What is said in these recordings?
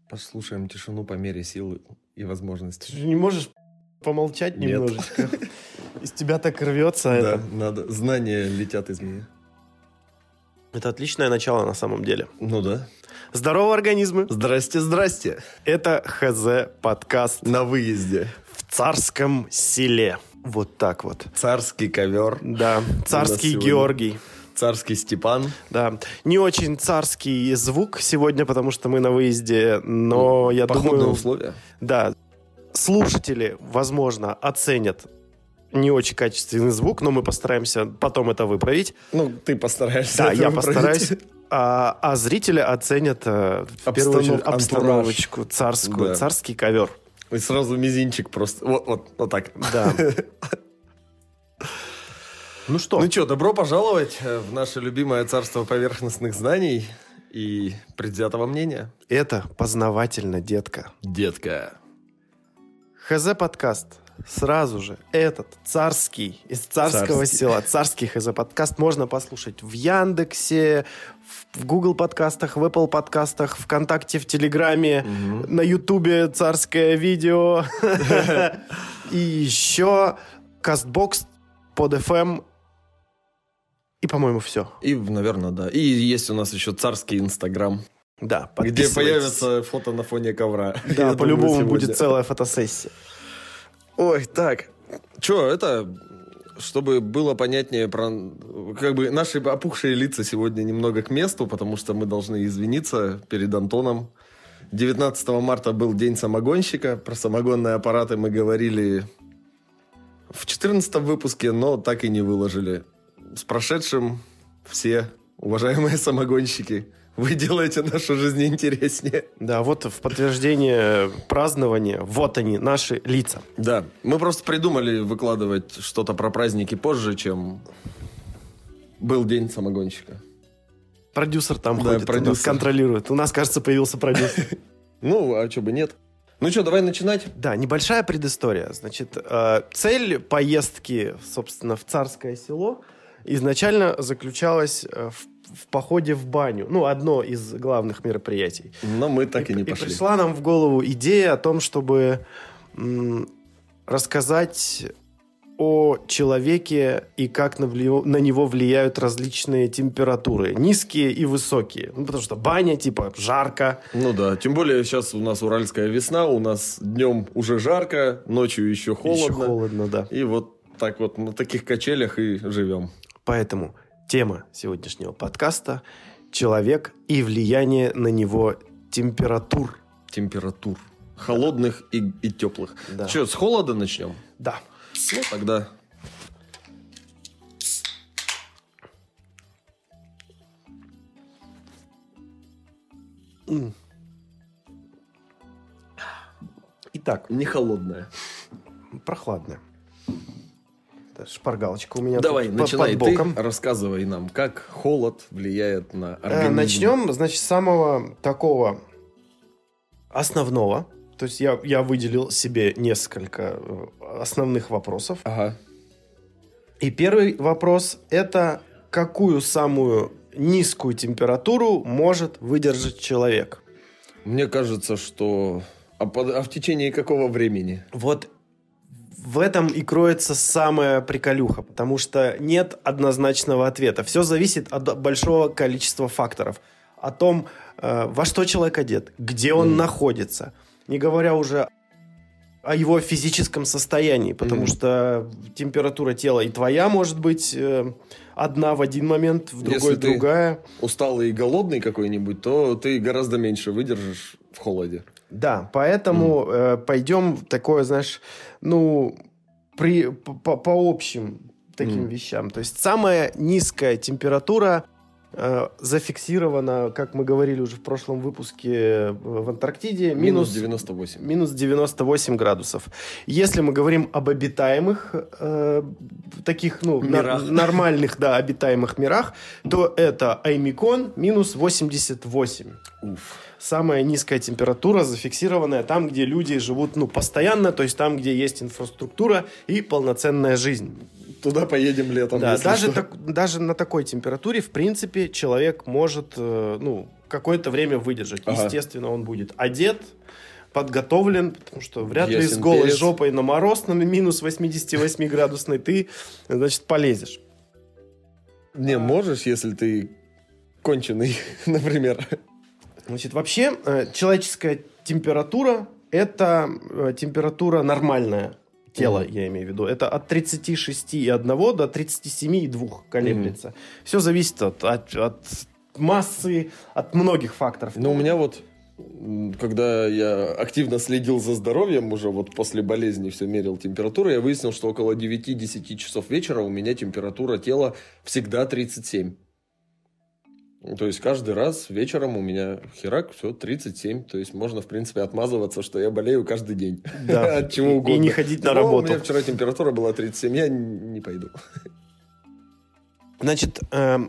Послушаем тишину по мере силы и возможностей. Ты же не можешь помолчать немножечко? Из тебя так рвется это. Да, надо. Знания летят из меня. Это отличное начало на самом деле. Ну да. Здорово, организмы! Здрасте, здрасте. Это ХЗ подкаст На выезде. в Царском селе. Вот так вот. Царский ковер. Да, Царский сегодня Георгий. Царский Степан. Да, не очень царский звук сегодня, потому что мы на выезде, но я Походные думаю... условия. Да, слушатели, возможно, оценят не очень качественный звук, но мы постараемся потом это выправить. Ну, ты постараешься. Да, это я выправить. постараюсь. А зрители оценят в первую очередь Антураж. обстановочку царскую, Да. царский ковер. И сразу мизинчик просто. Вот так. Да. Ну что? Ну что, добро пожаловать в наше любимое царство поверхностных знаний и предвзятого мнения. Это познавательно, детка. Детка. ХЗ-подкаст. Сразу же этот царский, из царского Царский. села, царский ХЗ-подкаст можно послушать в Яндексе, в Google подкастах, в Apple подкастах, ВКонтакте, в Телеграме, на Ютубе царское видео. И еще Castbox, PodFM и, по-моему, все. И, наверное, да. И есть у нас еще царский Инстаграм, Да, где подписывайтесь. появится фото на фоне ковра. Я Да, думаю, по-любому сегодня. будет целая фотосессия. Ой, так. Че, это... Чтобы было понятнее про... Как бы наши опухшие лица сегодня немного к месту, потому что мы должны извиниться перед Антоном. 19 марта был день самогонщика. Про самогонные аппараты мы говорили в 14 выпуске, но так и не выложили. С прошедшим все уважаемые самогонщики. Вы делаете нашу жизнь интереснее. Да, вот в подтверждение празднования, вот они, наши лица. Да, мы просто придумали выкладывать что-то про праздники позже, чем был день самогонщика. Продюсер там Да, ходит, продюсер. нас контролирует. У нас, кажется, появился продюсер. Ну, а что бы нет. Ну что, давай начинать? Да, небольшая предыстория. Значит, цель поездки, собственно, в Царское село изначально заключалась в походе в баню. Ну, одно из главных мероприятий. Но мы так и не И пошли. пришла нам в голову идея о том, чтобы рассказать о человеке и как на него влияют различные температуры. Низкие и высокие. Ну, потому что баня, типа, жарко. Ну да, тем более сейчас у нас уральская весна, у нас днем уже жарко, ночью еще холодно. Еще холодно, да. И вот так вот на таких качелях и живем. Поэтому тема сегодняшнего подкаста – человек и влияние на него температур. Температур. Холодных и теплых. Да. Что, с холода начнем? Да. Ну, тогда... Итак, Не холодная. прохладно. Да, шпаргалочка у меня Давай, тут начинай под боком. ты, рассказывай нам, как холод влияет на организм. Начнем, значит, с самого такого основного. То есть я выделил себе несколько основных вопросов. Ага. И первый вопрос – это какую самую низкую температуру может выдержать человек? Мне кажется, что... А в течение какого времени? Вот в этом и кроется самая приколюха, потому что нет однозначного ответа. Все зависит от большого количества факторов. О том, во что человек одет, где он находится. Не говоря уже о его физическом состоянии, потому что температура тела и твоя может быть одна в один момент, в другой Если ты другая. усталый и голодный какой-нибудь, то ты гораздо меньше выдержишь в холоде. Да, поэтому пойдем такое, знаешь, ну, по общим таким вещам. То есть самая низкая температура зафиксирована, как мы говорили уже в прошлом выпуске, в Антарктиде, Минус 98. минус 98 градусов. Если мы говорим об обитаемых, таких, ну, Мирах. нормальных, да, обитаемых мирах, то это Аймикон минус 88. Уф. Самая низкая температура, зафиксированная там, где люди живут, ну, постоянно, то есть там, где есть инфраструктура и полноценная жизнь. Туда поедем летом. Да, даже на такой температуре, в принципе, человек может какое-то время выдержать. Ага. Естественно, он будет одет, подготовлен, потому что вряд ли с голой жопой на мороз, на минус 88-градусный ты, значит, полезешь. Не, можешь, если ты конченый, например. Значит, вообще, человеческая температура – это температура нормальная. Тело, я имею в виду. Это от 36,1 до 37,2 колеблется. Все зависит от массы, от многих факторов. Ну, у меня вот, когда я активно следил за здоровьем, уже вот после болезни все мерил температуру, я выяснил, что около 9-10 часов вечера у меня температура тела всегда 37. То есть, каждый раз вечером у меня херак, все, 37. То есть, можно, в принципе, отмазываться, что я болею каждый день. Да. От чего угодно. И не ходить на работу. У меня вчера температура была 37, я не пойду. Значит,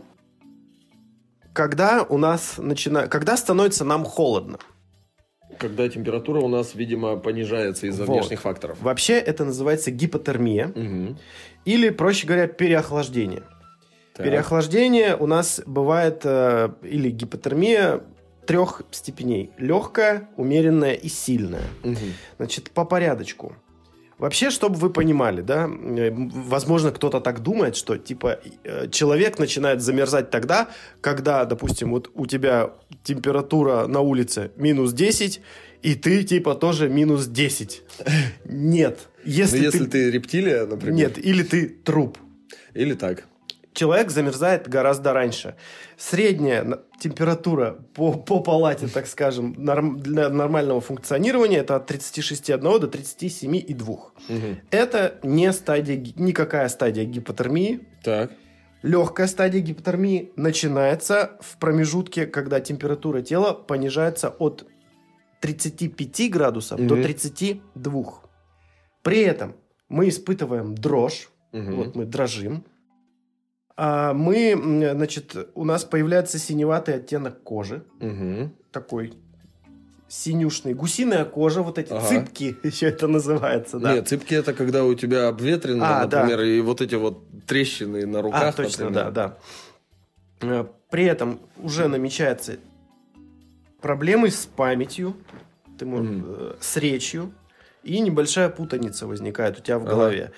когда становится нам холодно? Когда температура у нас, видимо, понижается из-за внешних факторов. Вообще, это называется гипотермия. Или, проще говоря, переохлаждение. Так. Переохлаждение у нас бывает, или гипотермия, 3 степеней. Легкая, умеренная и сильная. Значит, по порядочку. Вообще, чтобы вы понимали, да, возможно, кто-то так думает, что, типа, человек начинает замерзать тогда, когда, допустим, вот у тебя температура на улице минус 10, и ты, типа, тоже минус 10. Нет. Если ты рептилия, например. Нет, или ты труп. Или так. Человек замерзает гораздо раньше. Средняя температура по палате, так скажем, для нормального функционирования это от 36,1 до 37,2. Это никакая стадия гипотермии. Так. Легкая стадия гипотермии начинается в промежутке, когда температура тела понижается от 35 градусов до 32. При этом мы испытываем дрожь. Вот мы дрожим. У нас появляется синеватый оттенок кожи. Такой синюшный. Гусиная кожа, вот эти цыпки еще это называется. Да. Нет, цыпки это когда у тебя обветрено, например, да. И вот эти вот трещины на руках. Точно, например. да. При этом уже намечаются проблемы с памятью, с речью, и небольшая путаница возникает у тебя в голове.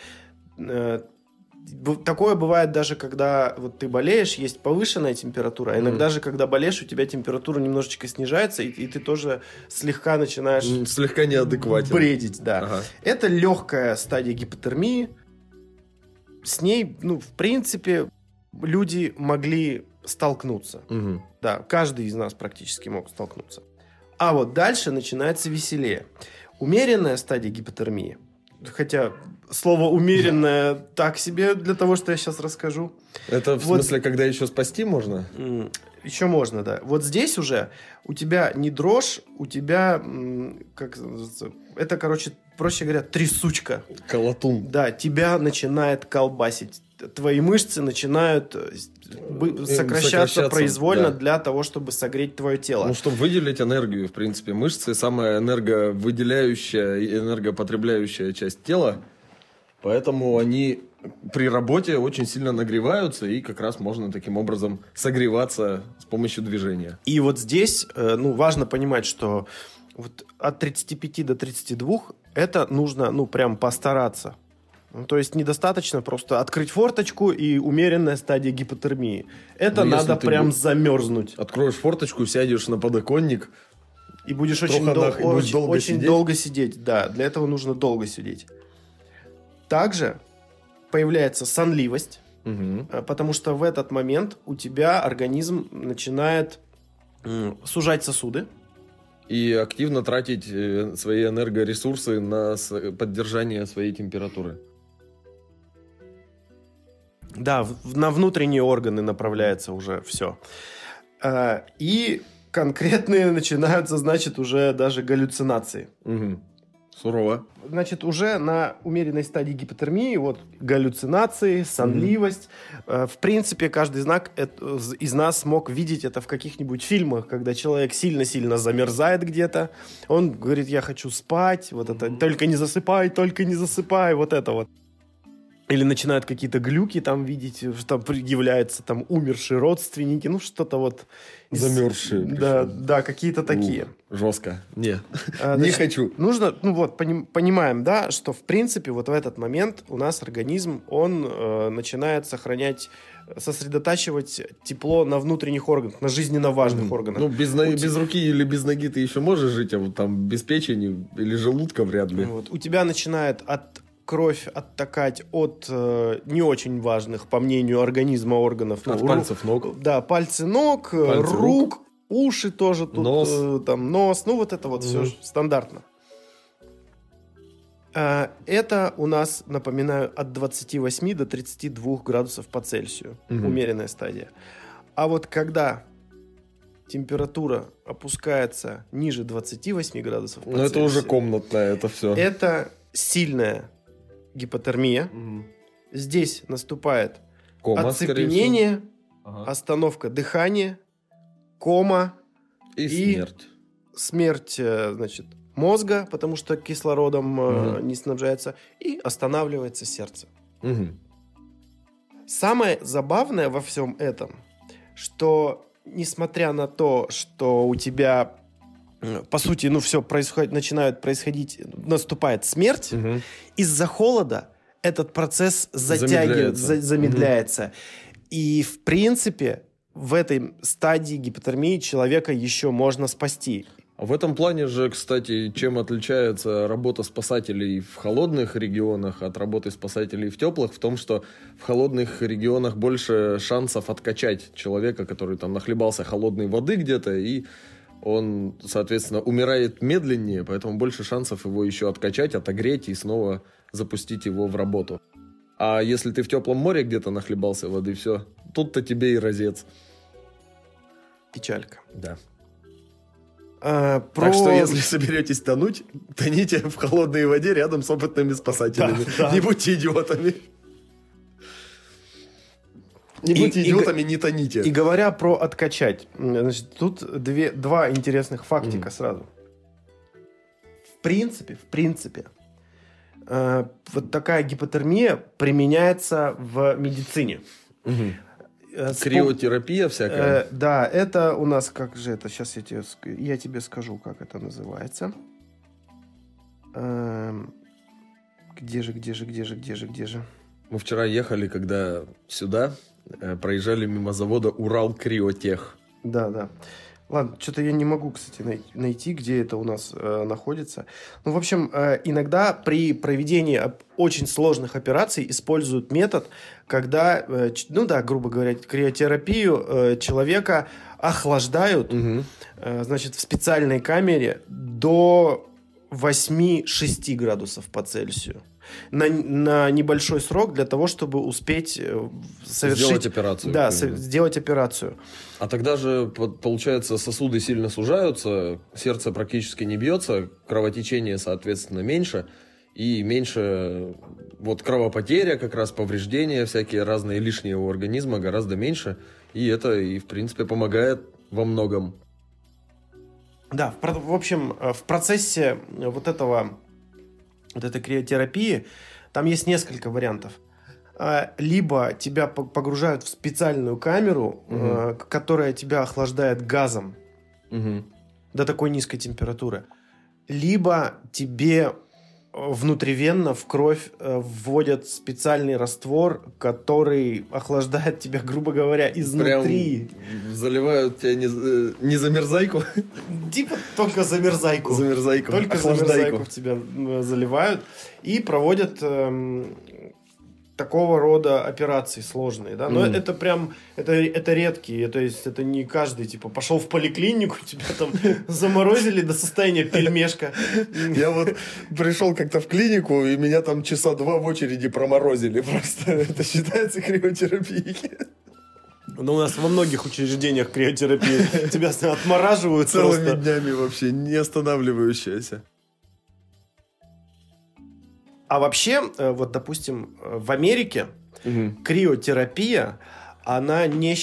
Такое бывает даже, когда вот ты болеешь, есть повышенная температура, а иногда же, когда болеешь, у тебя температура немножечко снижается, и ты тоже слегка начинаешь... Слегка неадекватен. Бредить, да. Ага. Это легкая стадия гипотермии. С ней, в принципе, люди могли столкнуться. Да, каждый из нас практически мог столкнуться. А вот дальше начинается веселее. Умеренная стадия гипотермии, хотя слово «умеренное» так себе для того, что я сейчас расскажу. Это в смысле, когда еще спасти можно? Еще можно, да. Вот здесь уже у тебя не дрожь, у тебя, это, проще говоря, трясучка. Колотун. Да, тебя начинает колбасить. Твои мышцы начинают сокращаться произвольно для того, чтобы согреть твое тело. Чтобы выделить энергию, в принципе. Мышцы – самая энерговыделяющая и энергопотребляющая часть тела. Поэтому они при работе очень сильно нагреваются, и как раз можно таким образом согреваться с помощью движения. И вот здесь важно понимать, что вот от 35 до 32 это нужно прям постараться. То есть недостаточно просто открыть форточку и умеренная стадия гипотермии. Это надо прям замерзнуть. Откроешь форточку, сядешь на подоконник и будешь очень долго сидеть. Да, для этого нужно долго сидеть. Также появляется сонливость, потому что в этот момент у тебя организм начинает сужать сосуды. И активно тратить свои энергоресурсы на поддержание своей температуры. Да, на внутренние органы направляется уже все. И конкретные начинаются, значит, уже даже галлюцинации. Сурово. Значит, уже на умеренной стадии гипотермии галлюцинации, сонливость. В принципе, каждый из нас мог видеть это в каких-нибудь фильмах, когда человек сильно-сильно замерзает где-то. Он говорит, я хочу спать, вот это, только не засыпай, вот это вот. Или начинают какие-то глюки там видеть, что там являются там умершие родственники, ну что-то вот... Замерзшие. Да, какие-то такие. Жестко. Не, не Значит, хочу. Нужно, ну вот, понимаем, да, что в принципе вот в этот момент у нас организм, он начинает сосредотачивать тепло на внутренних органах, на жизненно важных органах. Ну, без руки или без ноги ты еще можешь жить, а вот там без печени или желудка вряд ли. Вот. У тебя начинает кровь оттакать от не очень важных, по мнению организма, органов. От пальцев ног. Да, пальцы ног, пальцы рук, уши тоже тут. Нос. Там, нос, ну вот это вот все стандартно. Это у нас, напоминаю, от 28 до 32 градусов по Цельсию. Умеренная стадия. А вот когда температура опускается ниже 28 градусов по Цельсию... Ну, это уже комнатное, это все. Это сильная гипотермия. Здесь наступает кома, оцепенение, остановка дыхания, кома и смерть, значит, мозга, потому что кислородом не снабжается, и останавливается сердце. Самое забавное во всем этом, что несмотря на то, что у тебя по сути, ну, все наступает смерть, из-за холода этот процесс замедляется. И, в принципе, в этой стадии гипотермии человека еще можно спасти. В этом плане же, кстати, чем отличается работа спасателей в холодных регионах от работы спасателей в теплых, в том, что в холодных регионах больше шансов откачать человека, который там нахлебался холодной воды где-то, и он, соответственно, умирает медленнее, поэтому больше шансов его еще откачать, отогреть и снова запустить его в работу. А если ты в теплом море где-то нахлебался воды, все, тут-то тебе и разец. Печалька. Да. Так что, если соберетесь тонуть, тоните в холодной воде рядом с опытными спасателями. Да. Не будьте идиотами. Не будьте идиотами, не тоните. И говоря про откачать, значит, тут два интересных фактика сразу. В принципе, вот такая гипотермия применяется в медицине. Криотерапия всякая. Да, это у нас, как же это, сейчас я тебе скажу, как это называется. Где же? Мы вчера ехали, когда сюда, проезжали мимо завода Урал Криотех. Да. Ладно, что-то я не могу, кстати, найти, где это у нас находится. Ну, в общем, иногда при проведении очень сложных операций используют метод, когда, грубо говоря, криотерапию человека охлаждают, значит, в специальной камере до 8-6 градусов по Цельсию. На небольшой срок для того, чтобы успеть сделать операцию. Да, сделать операцию. А тогда же, получается, сосуды сильно сужаются, сердце практически не бьется, кровотечение, соответственно, меньше, и меньше вот кровопотеря, как раз повреждения, всякие разные лишние у организма гораздо меньше, и это, в принципе, помогает во многом. Да, в общем, в процессе вот этой криотерапии там есть несколько вариантов. Либо тебя погружают в специальную камеру, которая тебя охлаждает газом до такой низкой температуры. Либо тебе внутривенно в кровь вводят специальный раствор, который охлаждает тебя, грубо говоря, изнутри. Прям заливают тебя не замерзайку? Типа только замерзайку. Только замерзайку в тебя заливают и проводят такого рода операции сложные, да, но это прям, это редкие, то есть это не каждый, типа, пошел в поликлинику, тебя там заморозили до состояния пельмешка. Я вот пришел как-то в клинику, и меня там часа 2 в очереди проморозили просто. Это считается криотерапией. Ну, у нас во многих учреждениях криотерапии тебя отмораживают целыми днями вообще, не останавливающаяся. А вообще, вот, допустим, в Америке криотерапия, она не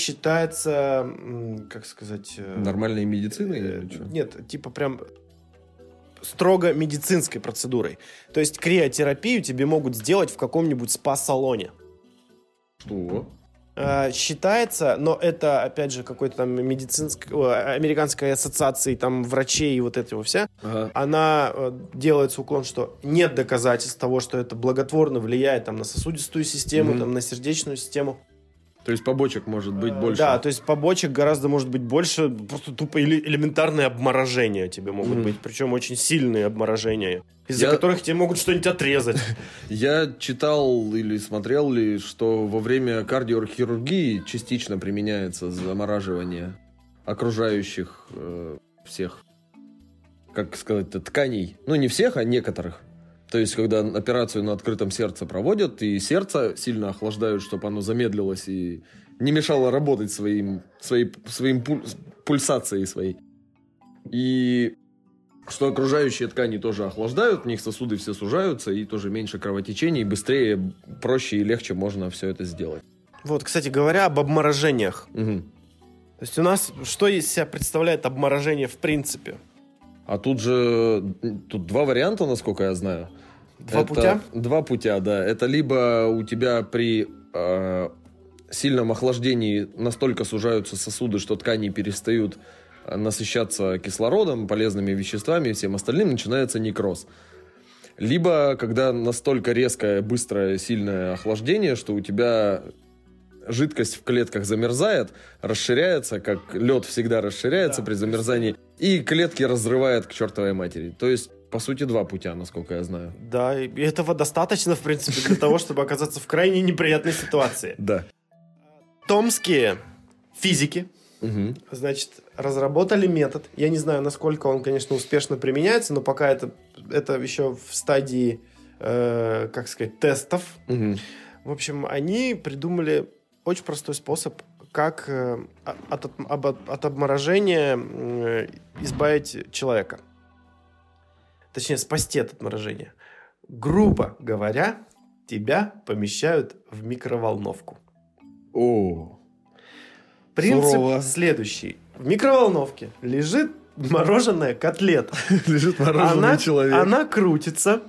считается, как сказать... Нормальной медициной или что? Нет, типа прям строго медицинской процедурой. То есть криотерапию тебе могут сделать в каком-нибудь спа-салоне. Что? Считается, но это, опять же, какой-то там американской ассоциации там врачей и вот этого вся, она делается уклон, что нет доказательств того, что это благотворно влияет там на сосудистую систему, там, на сердечную систему. То есть побочек может быть больше? Да, то есть побочек гораздо может быть больше, просто тупо элементарные обморожения тебе могут быть, причем очень сильные обморожения, из-за которых тебе могут что-нибудь отрезать. Я читал или смотрел ли, что во время кардиохирургии частично применяется замораживание окружающих всех, как сказать-то, тканей. Ну, не всех, а некоторых. То есть, когда операцию на открытом сердце проводят, и сердце сильно охлаждают, чтобы оно замедлилось и не мешало работать своим пульсацией своей. И что окружающие ткани тоже охлаждают, в них сосуды все сужаются, и тоже меньше кровотечений, и быстрее, проще и легче можно все это сделать. Вот, кстати говоря, об обморожениях. То есть у нас что из себя представляет обморожение в принципе? А тут два варианта, насколько я знаю. Путя? Два путя, да. Это либо у тебя при сильном охлаждении настолько сужаются сосуды, что ткани перестают насыщаться кислородом, полезными веществами и всем остальным, начинается некроз. Либо когда настолько резкое, быстрое, сильное охлаждение, что у тебя жидкость в клетках замерзает, расширяется, как лед всегда расширяется при замерзании, и клетки разрывает к чертовой матери. То есть, по сути, два путя, насколько я знаю. Да, и этого достаточно, в принципе, для того, чтобы оказаться в крайне неприятной ситуации. Да. Томские физики, значит, разработали метод. Я не знаю, насколько он, конечно, успешно применяется, но пока это еще в стадии, как сказать, тестов. В общем, они придумали очень простой способ, как от обморожения избавить человека. Точнее, спасти от отморожения. Грубо говоря, тебя помещают в микроволновку. Принцип сурово. Следующий. В микроволновке лежит мороженая котлета. Лежит мороженый человек. Она крутится.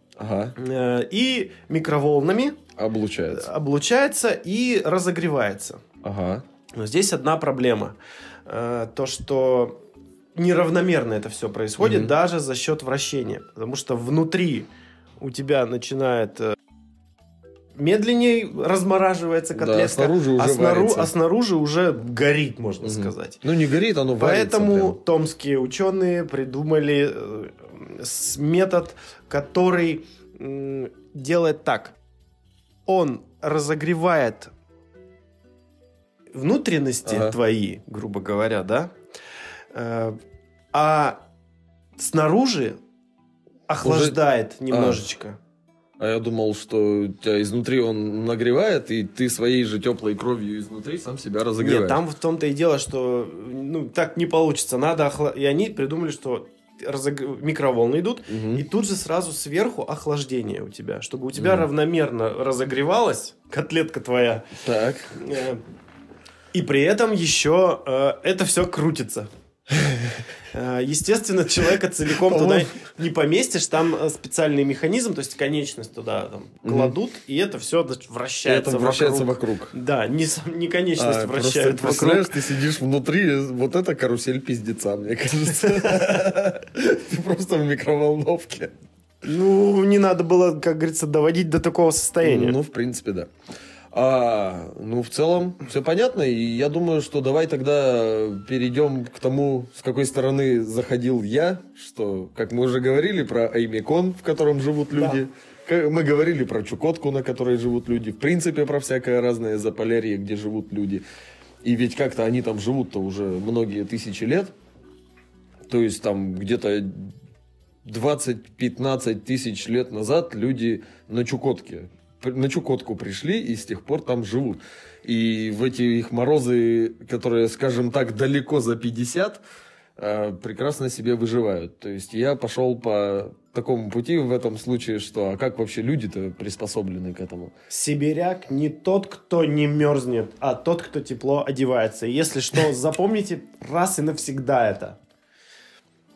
И микроволнами облучается и разогревается. Но здесь одна проблема. То, что неравномерно это все происходит даже за счет вращения. Потому что внутри у тебя начинает медленнее размораживается котлетка, а снаружи уже горит, можно сказать. Ну, не горит, оно варится. Поэтому томские ученые придумали метод, который делает так. Он разогревает внутренности твои, грубо говоря, да? А снаружи охлаждает немножечко. А я думал, что тебя изнутри он нагревает, и ты своей же теплой кровью изнутри сам себя разогреваешь. Нет, там в том-то и дело, что так не получится. И они придумали, что микроволны идут, и тут же сразу сверху охлаждение у тебя, чтобы у тебя равномерно разогревалась котлетка твоя. Так. И при этом еще это все крутится. Естественно, человека целиком туда не поместишь. Там специальный механизм, то есть конечность туда кладут, и это все вращается вокруг. Да, не конечность вращает вокруг. Представляешь, ты сидишь внутри, вот это карусель пиздеца, мне кажется. Ты просто в микроволновке. Не надо было, как говорится, доводить до такого состояния. В принципе, да. В целом, все понятно, и я думаю, что давай тогда перейдем к тому, с какой стороны заходил я, что, как мы уже говорили, про Аймекон, в котором живут люди, мы говорили про Чукотку, на которой живут люди, в принципе, про всякое разное Заполярье, где живут люди, и ведь как-то они там живут-то уже многие тысячи лет, то есть там где-то 20-15 тысяч лет назад люди на Чукотку пришли и с тех пор там живут. И в эти их морозы, которые, скажем так, далеко за 50, прекрасно себе выживают. То есть я пошел по такому пути в этом случае, что а как вообще люди-то приспособлены к этому? Сибиряк не тот, кто не мерзнет, а тот, кто тепло одевается. Если что, запомните раз и навсегда это.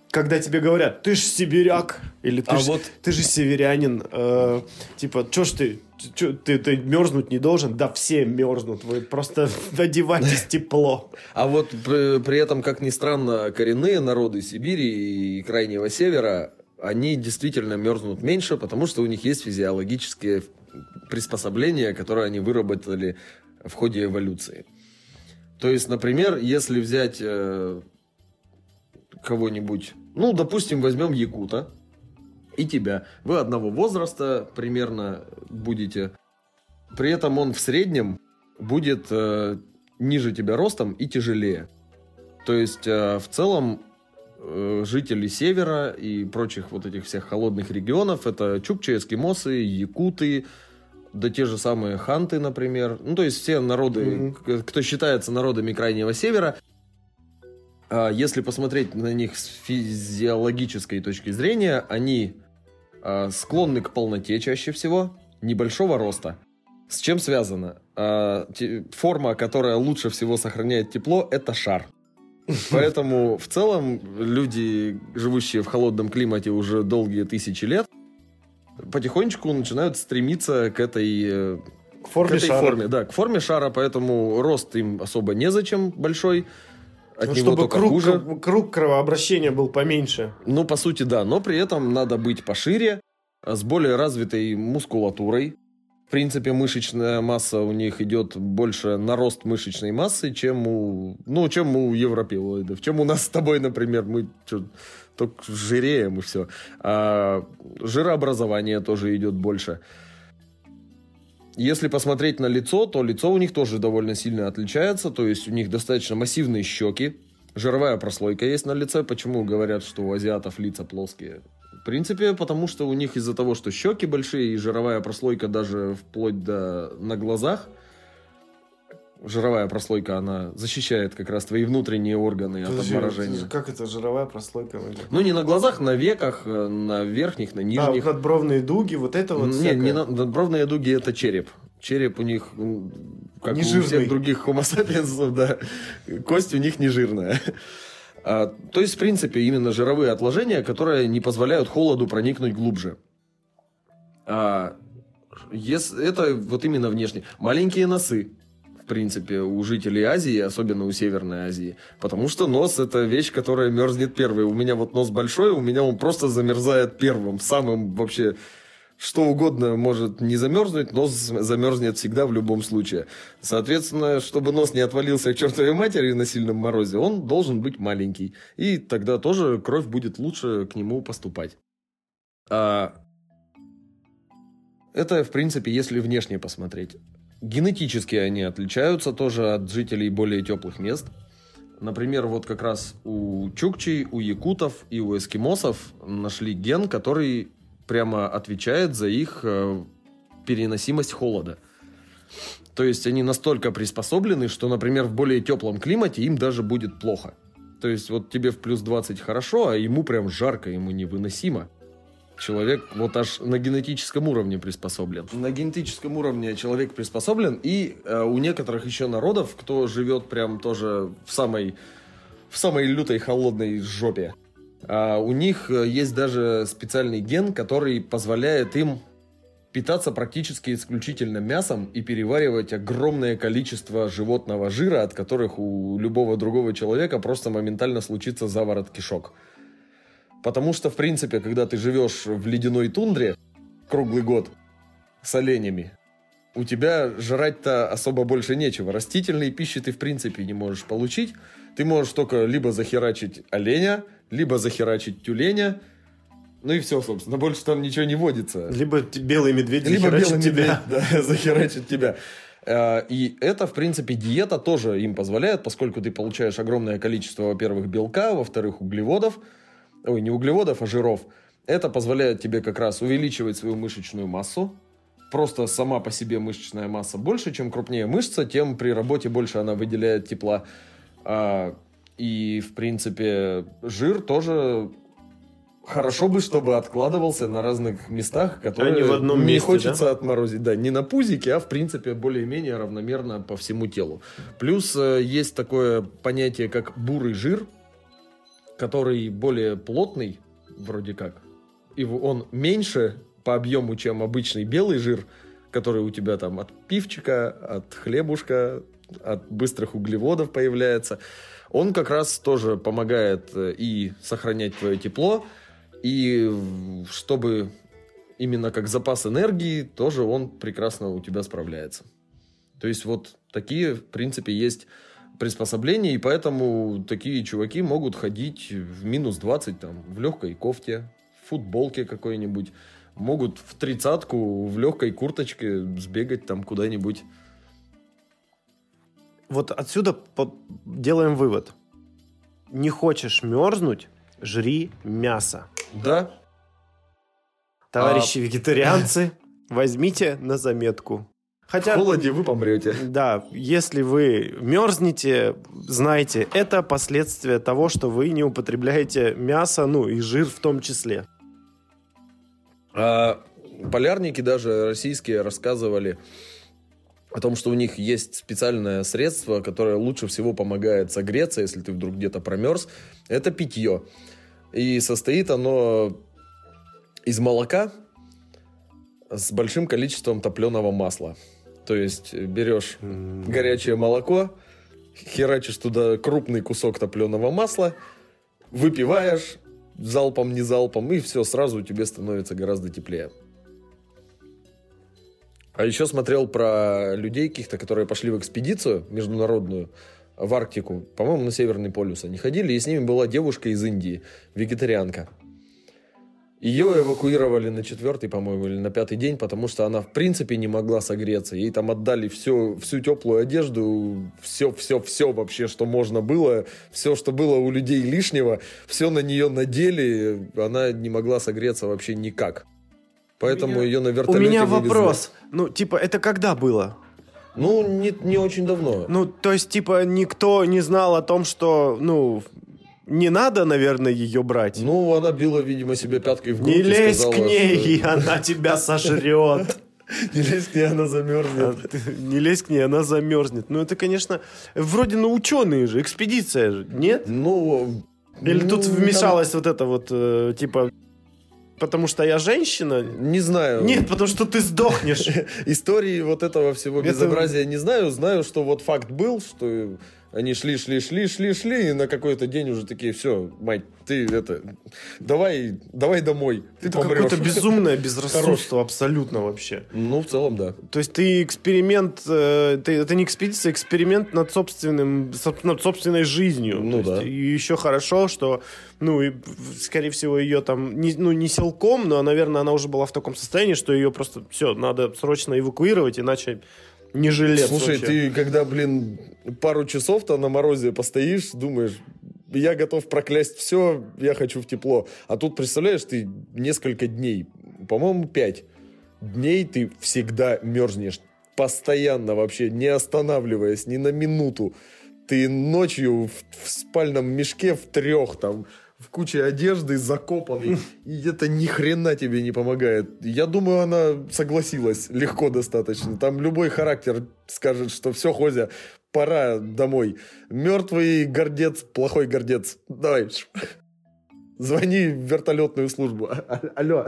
когда тебе говорят, ты ж сибиряк, или ты же северянин, типа, чё ж ты мерзнуть не должен? Да все мерзнут, вы просто одевайтесь тепло. А вот при этом, как ни странно, коренные народы Сибири и Крайнего Севера, они действительно мерзнут меньше, потому что у них есть физиологические приспособления, которые они выработали в ходе эволюции. То есть, например, если взять кого-нибудь, ну, допустим, возьмем якута и тебя. Вы одного возраста примерно будете. При этом он в среднем будет ниже тебя ростом и тяжелее. То есть, в целом, жители севера и прочих вот этих всех холодных регионов, это чукчи, эскимосы, якуты, да те же самые ханты, например. Ну, то есть, все народы, кто считается народами Крайнего Севера, если посмотреть на них с физиологической точки зрения, они склонны к полноте чаще всего, небольшого роста. С чем связано? Форма, которая лучше всего сохраняет тепло, это шар. Поэтому в целом люди, живущие в холодном климате уже долгие тысячи лет, потихонечку начинают стремиться к этой форме. Да, к форме шара, поэтому рост им особо незачем большой. От него чтобы только хуже. Круг кровообращения был поменьше. Ну, по сути, да. Но при этом надо быть пошире, с более развитой мускулатурой. В принципе, мышечная масса у них идет больше на рост мышечной массы, чем у европеоидов. Чем у нас с тобой, например. Мы только жиреем и все. А жирообразование тоже идет больше. Если посмотреть на лицо, то лицо у них тоже довольно сильно отличается. То есть у них достаточно массивные щеки. Жировая прослойка есть на лице. Почему говорят, что у азиатов лица плоские? В принципе, потому что у них из-за того, что щеки большие и жировая прослойка даже вплоть до на глазах, жировая прослойка, она защищает как раз твои внутренние органы от обморожения. Как это жировая прослойка? Ну, не на глазах, на веках, на верхних, на нижних. А, надбровные дуги, вот это вот не надбровные дуги, это череп. Череп у них, как не у жирный. Всех других homo sapiens, да, кость у них не жирная. То есть, в принципе, именно жировые отложения, которые не позволяют холоду проникнуть глубже. Это вот именно внешне. Маленькие носы. В принципе, у жителей Азии, особенно у Северной Азии. Потому что нос – это вещь, которая мерзнет первой. У меня вот нос большой, у меня он просто замерзает первым. Самым вообще, что угодно может не замерзнуть, нос замерзнет всегда в любом случае. Соответственно, чтобы нос не отвалился к чертовой матери на сильном морозе, он должен быть маленький. И тогда тоже кровь будет лучше к нему поступать. Это, в принципе, если внешне посмотреть. Генетически они отличаются тоже от жителей более теплых мест. Например, вот как раз у чукчей, у якутов и у эскимосов нашли ген, который прямо отвечает за их переносимость холода. То есть они настолько приспособлены, что, например, в более теплом климате им даже будет плохо. То есть вот тебе в плюс 20 хорошо, а ему прям жарко, ему невыносимо. Человек вот аж на генетическом уровне приспособлен. На генетическом уровне человек приспособлен, и у некоторых еще народов, кто живет прям тоже в самой лютой холодной жопе, у них есть даже специальный ген, который позволяет им питаться практически исключительно мясом и переваривать огромное количество животного жира, от которых у любого другого человека просто моментально случится заворот кишок. Потому что, в принципе, когда ты живешь в ледяной тундре круглый год с оленями, у тебя жрать-то особо больше нечего. Растительной пищи ты, в принципе, не можешь получить. Ты можешь только либо захерачить оленя, либо захерачить тюленя. Ну и все, собственно. Больше там ничего не водится. Либо белый медведь захерачит тебя. Да, захерачит тебя. И это, в принципе, диета тоже им позволяет, поскольку ты получаешь огромное количество, во-первых, белка, во-вторых, углеводов. Ой, не углеводов, а жиров. Это позволяет тебе как раз увеличивать свою мышечную массу. Просто сама по себе мышечная масса больше, чем крупнее мышца, тем при работе больше она выделяет тепла. И, в принципе, жир тоже хорошо бы, чтобы откладывался на разных местах, которые в одном не месте, хочется отморозить. Да, не на пузике, а, в принципе, более-менее равномерно по всему телу. Плюс есть такое понятие, как бурый жир. который более плотный, вроде как, и он меньше по объему, чем обычный белый жир, который у тебя там от пивчика, от хлебушка, от быстрых углеводов появляется, он как раз тоже помогает и сохранять твое тепло, и чтобы именно как запас энергии, тоже он прекрасно у тебя справляется. То есть вот такие, в принципе, есть приспособления, и поэтому такие чуваки могут ходить в минус 20 там, в легкой кофте, в футболке какой-нибудь, могут в 30-ку в легкой курточке сбегать там куда-нибудь. Вот отсюда делаем вывод. Не хочешь мерзнуть, жри мясо. Да. Товарищи вегетарианцы, возьмите на заметку. Хотя, в холоде вы помрете. Да, если вы мерзнете, знайте, это последствия того, что вы не употребляете мясо, ну и жир в том числе. Полярники даже российские рассказывали о том, что у них есть специальное средство, которое лучше всего помогает согреться, если ты вдруг где-то промерз. Это питье. И состоит оно из молока с большим количеством топленого масла. То есть берешь горячее молоко, херачишь туда крупный кусок топленого масла, выпиваешь залпом, не залпом, и все, сразу тебе становится гораздо теплее. А еще смотрел про людей каких-то, которые пошли в экспедицию международную в Арктику. По-моему, на Северный полюс они ходили, и с ними была девушка из Индии, вегетарианка. Ее эвакуировали на 4-й, по-моему, или на 5-й день, потому что она, в принципе, не могла согреться. Ей там отдали всю теплую одежду, все вообще, что можно было, все, что было у людей лишнего, все на нее надели, она не могла согреться вообще никак. Поэтому ее на вертолете У меня вывезли. вопрос. Ну, типа, это когда было? Ну, не очень давно. Ну, то есть, типа, никто не знал о том, что, ну, не надо, наверное, ее брать. Ну, она била, видимо, себе пяткой в грудь. Не лезь сказала, к ней, что... и она тебя сожрет. Не лезь к ней, она замерзнет. Не лезь к ней, она замерзнет. Ну, это, конечно, вроде, ну, ученые же, экспедиция же, нет? Ну... Или тут вмешалась вот это вот, типа... Потому что я женщина? Не знаю. Нет, потому что ты сдохнешь. Истории вот этого всего безобразия не знаю. Знаю, что вот факт был, что они шли, и на какой-то день уже такие, все, мать, ты это, давай домой, ты Это помрешь. какое-то безумное безрассудство абсолютно вообще. Ну, в целом, да. То есть ты эксперимент, это не экспедиция, эксперимент над собственной жизнью. Ну, то да. есть, и еще хорошо, что, ну, и, скорее всего, ее там, не силком, но, наверное, она уже была в таком состоянии, что ее просто, все, надо срочно эвакуировать, иначе не жилец. Слушай, вообще. ты когда, пару часов-то на морозе постоишь, думаешь, я готов проклясть все, я хочу в тепло. А тут, представляешь, ты несколько дней, по-моему, 5 дней ты всегда мерзнешь. Постоянно вообще, не останавливаясь ни на минуту. Ты ночью в спальном мешке в 3 там, в куче одежды закопанный, и это ни хрена тебе не помогает. Я думаю, она согласилась легко достаточно. Там любой характер скажет, что все, Хозя, пора домой. Мертвый гордец, плохой гордец. Давай, звони в вертолетную службу. Алло.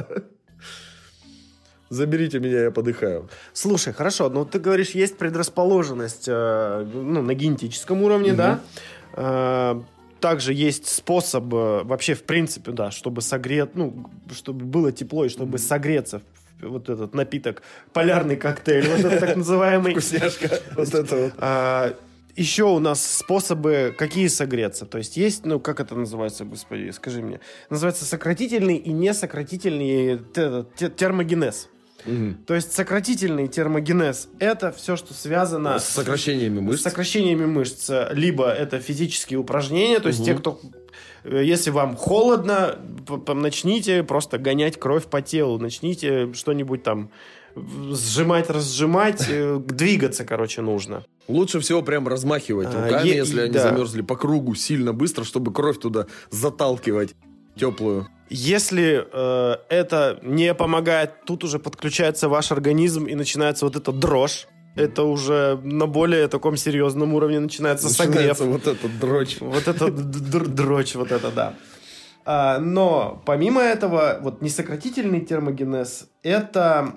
Заберите меня, я подыхаю. Слушай, хорошо, ну ты говоришь, есть предрасположенность на генетическом уровне, да? Также есть способ вообще, в принципе, да, чтобы согреть, чтобы было тепло и чтобы согреться, вот этот напиток, полярный коктейль, вот этот так называемый. Вкусняшка, вот это вот. Еще у нас способы, какие согреться. То есть есть, как это называется, господи, скажи мне. Называется сократительный и несократительный термогенез. Угу. То есть сократительный термогенез – это все, что связано с сокращениями мышц. С сокращениями мышц. Либо это физические упражнения, то есть те, кто... Если вам холодно, начните просто гонять кровь по телу, начните что-нибудь там сжимать, разжимать, двигаться, нужно. Лучше всего прям размахивать руками, если они замерзли по кругу сильно быстро, чтобы кровь туда заталкивать теплую. Если это не помогает, тут уже подключается ваш организм и начинается вот эта дрожь. это уже на более таком серьезном уровне начинается согрев. Вот этот дрочь. Вот это дрочь, вот это да. Но помимо этого, вот несократительный термогенез – это…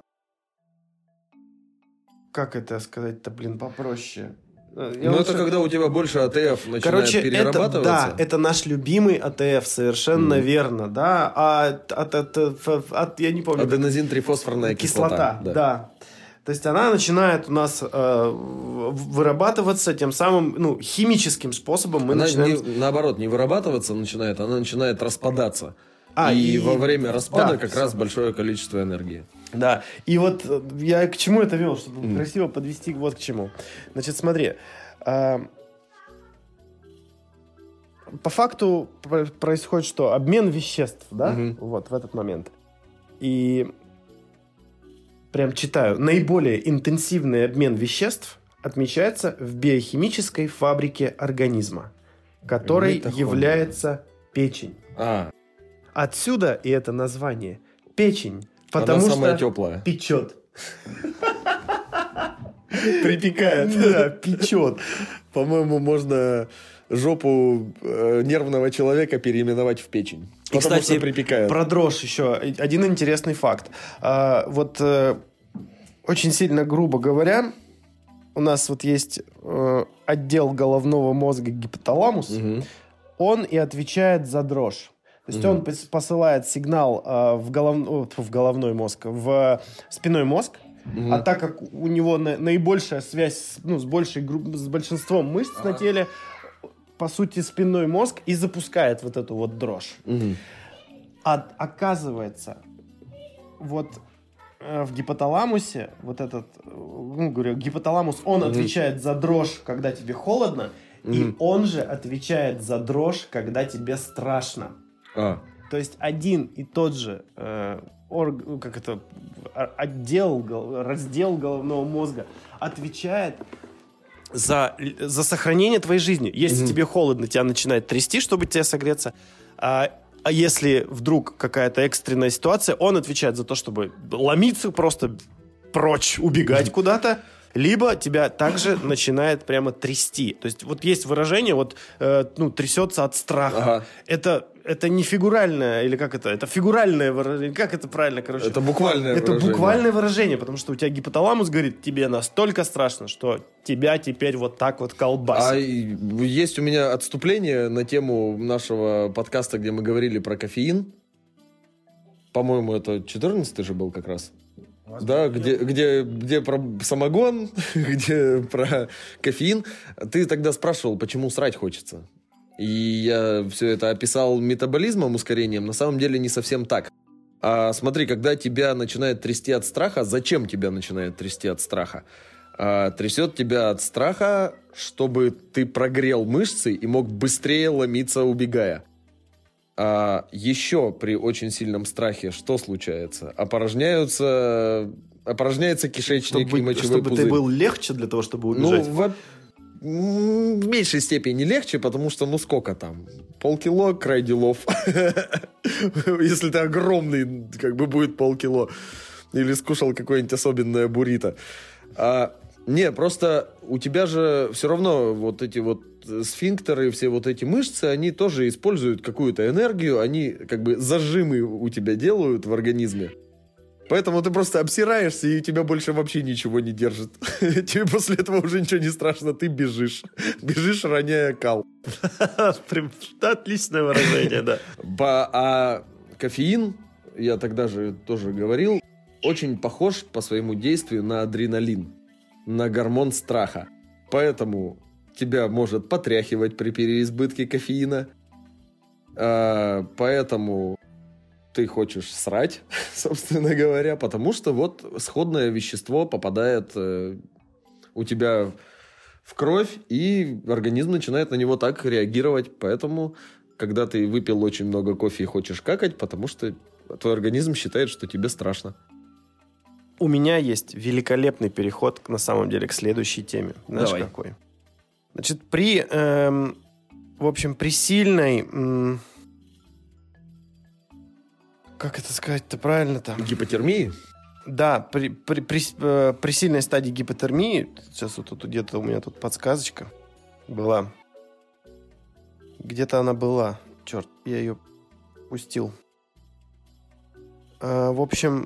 Как это сказать-то, попроще? Это когда у тебя больше АТФ начинает перерабатываться. Это наш любимый АТФ, совершенно верно, да. Я не помню. Аденозин-трифосфорная кислота. Да. То есть она начинает у нас вырабатываться тем самым, химическим способом. Наоборот, не вырабатываться начинает, она начинает распадаться. И во время распада как раз большое количество энергии. Да, и вот я к чему это вел, чтобы красиво подвести вот к чему. Значит, смотри, по факту происходит что? Обмен веществ, да? Вот в этот момент. И прям читаю. Наиболее интенсивный обмен веществ отмечается в биохимической фабрике организма, которой является печень. Отсюда и это название. Печень. Потому она самая что теплая. Печет. Припекает. Да, печет. По-моему, можно жопу нервного человека переименовать в печень. И, кстати, про дрожь еще один интересный факт. Очень сильно грубо говоря, у нас вот есть отдел головного мозга гипоталамус. Он и отвечает за дрожь. То есть он посылает сигнал в головной мозг, в спинной мозг, а так как у него наибольшая связь с большинством мышц на теле, по сути, спинной мозг и запускает вот эту вот дрожь. Оказывается, вот в гипоталамусе, вот этот, гипоталамус, он отвечает за дрожь, когда тебе холодно, и он же отвечает за дрожь, когда тебе страшно. То есть один и тот же раздел головного мозга отвечает за сохранение твоей жизни. Если тебе холодно, тебя начинает трясти, чтобы тебя согреться. А если вдруг какая-то экстренная ситуация, он отвечает за то, чтобы ломиться просто прочь, убегать куда-то. Либо тебя также начинает прямо трясти. То есть вот есть выражение, трясется от страха. Это не фигуральное, или как это? Это фигуральное выражение. Как это правильно, короче? Это буквальное выражение. Это буквальное выражение, потому что у тебя гипоталамус говорит, тебе настолько страшно, что тебя теперь вот так вот колбасит. Есть у меня отступление на тему нашего подкаста, где мы говорили про кофеин. По-моему, это 14-й же был как раз. Да, где про самогон, где про кофеин. Ты тогда спрашивал, почему срать хочется. И я все это описал метаболизмом, ускорением. На самом деле не совсем так. Смотри, когда тебя начинает трясти от страха, зачем тебя начинает трясти от страха? Трясет тебя от страха, чтобы ты прогрел мышцы и мог быстрее ломиться, убегая. Еще при очень сильном страхе что случается? Опорожняется кишечник и мочевой пузырь. Чтобы ты был легче для того, чтобы убежать? В меньшей степени легче, потому что, сколько там? Полкило край делов. Если ты огромный, будет полкило. Или скушал какое-нибудь особенное буррито. Просто у тебя же все равно вот эти вот сфинктеры, все вот эти мышцы, они тоже используют какую-то энергию, они зажимы у тебя делают в организме. Поэтому ты просто обсираешься, и тебя больше вообще ничего не держит. Тебе после этого уже ничего не страшно, ты бежишь. Бежишь, роняя кал. Отличное выражение, да. А кофеин, я тогда же тоже говорил, очень похож по своему действию на адреналин, на гормон страха. Поэтому тебя может потряхивать при переизбытке кофеина. Поэтому ты хочешь срать, собственно говоря, потому что вот сходное вещество попадает у тебя в кровь, и организм начинает на него так реагировать. Поэтому, когда ты выпил очень много кофе и хочешь какать, потому что твой организм считает, что тебе страшно. У меня есть великолепный переход, на самом деле, к следующей теме. Знаешь, Давай. какой? Значит, при сильной... как это сказать-то правильно там? Гипотермии? Да, при сильной стадии гипотермии, сейчас вот тут где-то у меня тут подсказочка была. Где-то она была. Черт, я ее пустил. В общем...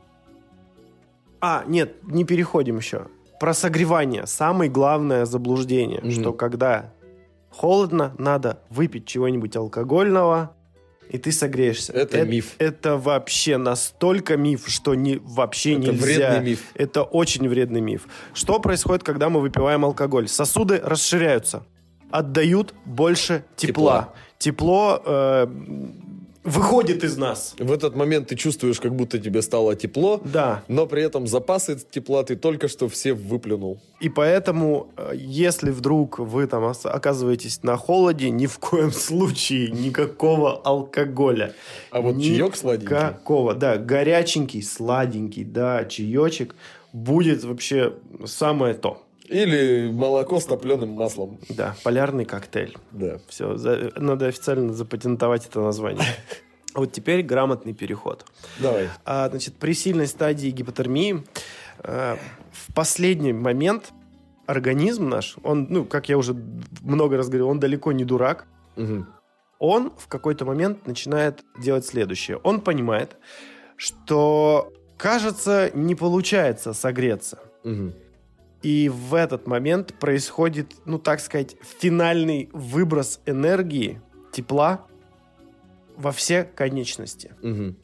нет, не переходим еще. Про согревание. Самое главное заблуждение, что когда холодно, надо выпить чего-нибудь алкогольного, и ты согреешься. Это миф. Это вообще настолько миф, что вообще это нельзя. Вредный миф. Это очень вредный миф. Что происходит, когда мы выпиваем алкоголь? Сосуды расширяются, отдают больше тепла. Тепло выходит из нас. В этот момент ты чувствуешь, как будто тебе стало тепло, Да. но при этом запасы тепла ты только что все выплюнул. И поэтому, если вдруг вы там оказываетесь на холоде, ни в коем случае никакого алкоголя. А вот чаек сладенький. Никакого, да, горяченький, сладенький, да, чаечек будет вообще самое то. Или молоко с топленым маслом. Да, полярный коктейль. Да. Все, надо официально запатентовать это название. Вот теперь грамотный переход. Давай. Значит, при сильной стадии гипотермии в последний момент организм наш, он, как я уже много раз говорил, он далеко не дурак. Угу. Он в какой-то момент начинает делать следующее. Он понимает, что, кажется, не получается согреться. Угу. И в этот момент происходит, так сказать, финальный выброс энергии, тепла во все конечности. Угу.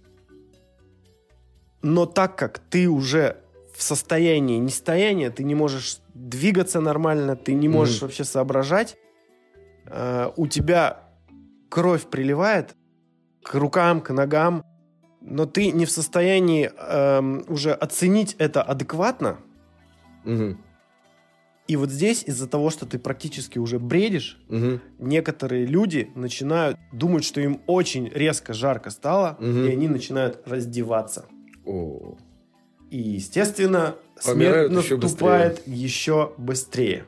Но так как ты уже в состоянии нестояния, ты не можешь двигаться нормально, ты не можешь вообще соображать, у тебя кровь приливает к рукам, к ногам, но ты не в состоянии уже оценить это адекватно. Угу. И вот здесь из-за того, что ты практически уже бредишь, некоторые люди начинают думать, что им очень резко жарко стало, и они начинают раздеваться. О. И, естественно, Помирают смерть еще наступает еще быстрее.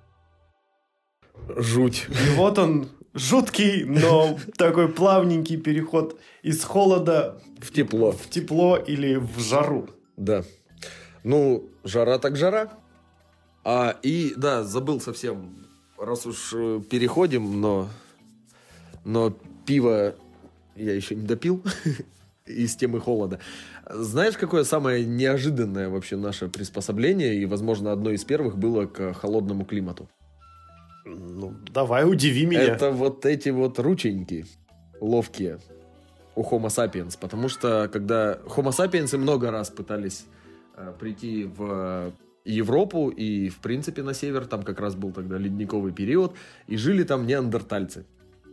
Жуть. И вот он, жуткий, но такой плавненький переход из холода в тепло или в жару. Да. Жара так жара. И забыл совсем, раз уж переходим, но пиво я еще не допил из темы холода. Знаешь, какое самое неожиданное вообще наше приспособление, и, возможно, одно из первых было к холодному климату? Давай, удиви меня. Это вот эти вот рученьки ловкие у Homo sapiens, потому что когда Homo sapiens много раз пытались прийти в Европу и, в принципе, на север, там как раз был тогда ледниковый период, и жили там неандертальцы.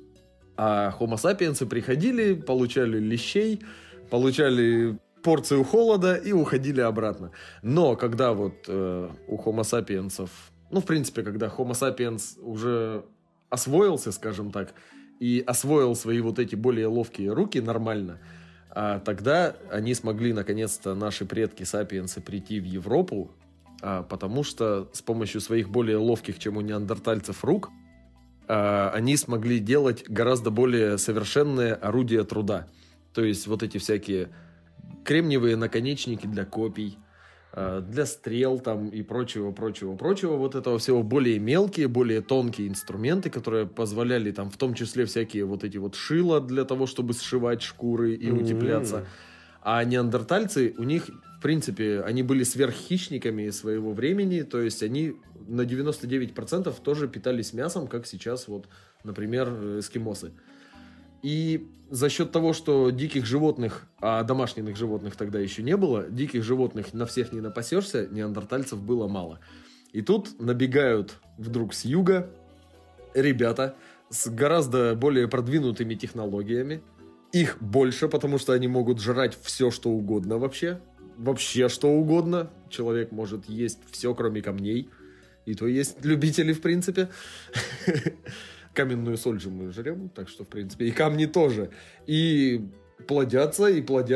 А Homo sapiens приходили, получали лещей, получали порцию холода и уходили обратно. Но когда у Homo sapiens, в принципе, когда Homo sapiens уже освоился, скажем так, и освоил свои вот эти более ловкие руки нормально, тогда они смогли, наконец-то, наши предки сапиенсы прийти в Европу, потому что с помощью своих более ловких, чем у неандертальцев, рук, они смогли делать гораздо более совершенные орудия труда. То есть вот эти всякие кремниевые наконечники для копий, для стрел там и прочего. Вот этого всего более мелкие, более тонкие инструменты, которые позволяли там в том числе всякие вот эти вот шила для того, чтобы сшивать шкуры и утепляться. А неандертальцы, у них, в принципе, они были сверххищниками своего времени, то есть они на 99% тоже питались мясом, как сейчас, вот, например, эскимосы. И за счет того, что диких животных, а домашних животных тогда еще не было, диких животных на всех не напасешься, неандертальцев было мало. И тут набегают вдруг с юга ребята с гораздо более продвинутыми технологиями. Их больше, потому что они могут жрать все, что угодно вообще. Вообще что угодно. Человек может есть все, кроме камней. И то есть любители, в принципе. Каменную соль же мы жрем, так что, в принципе, и камни тоже. И плодятся,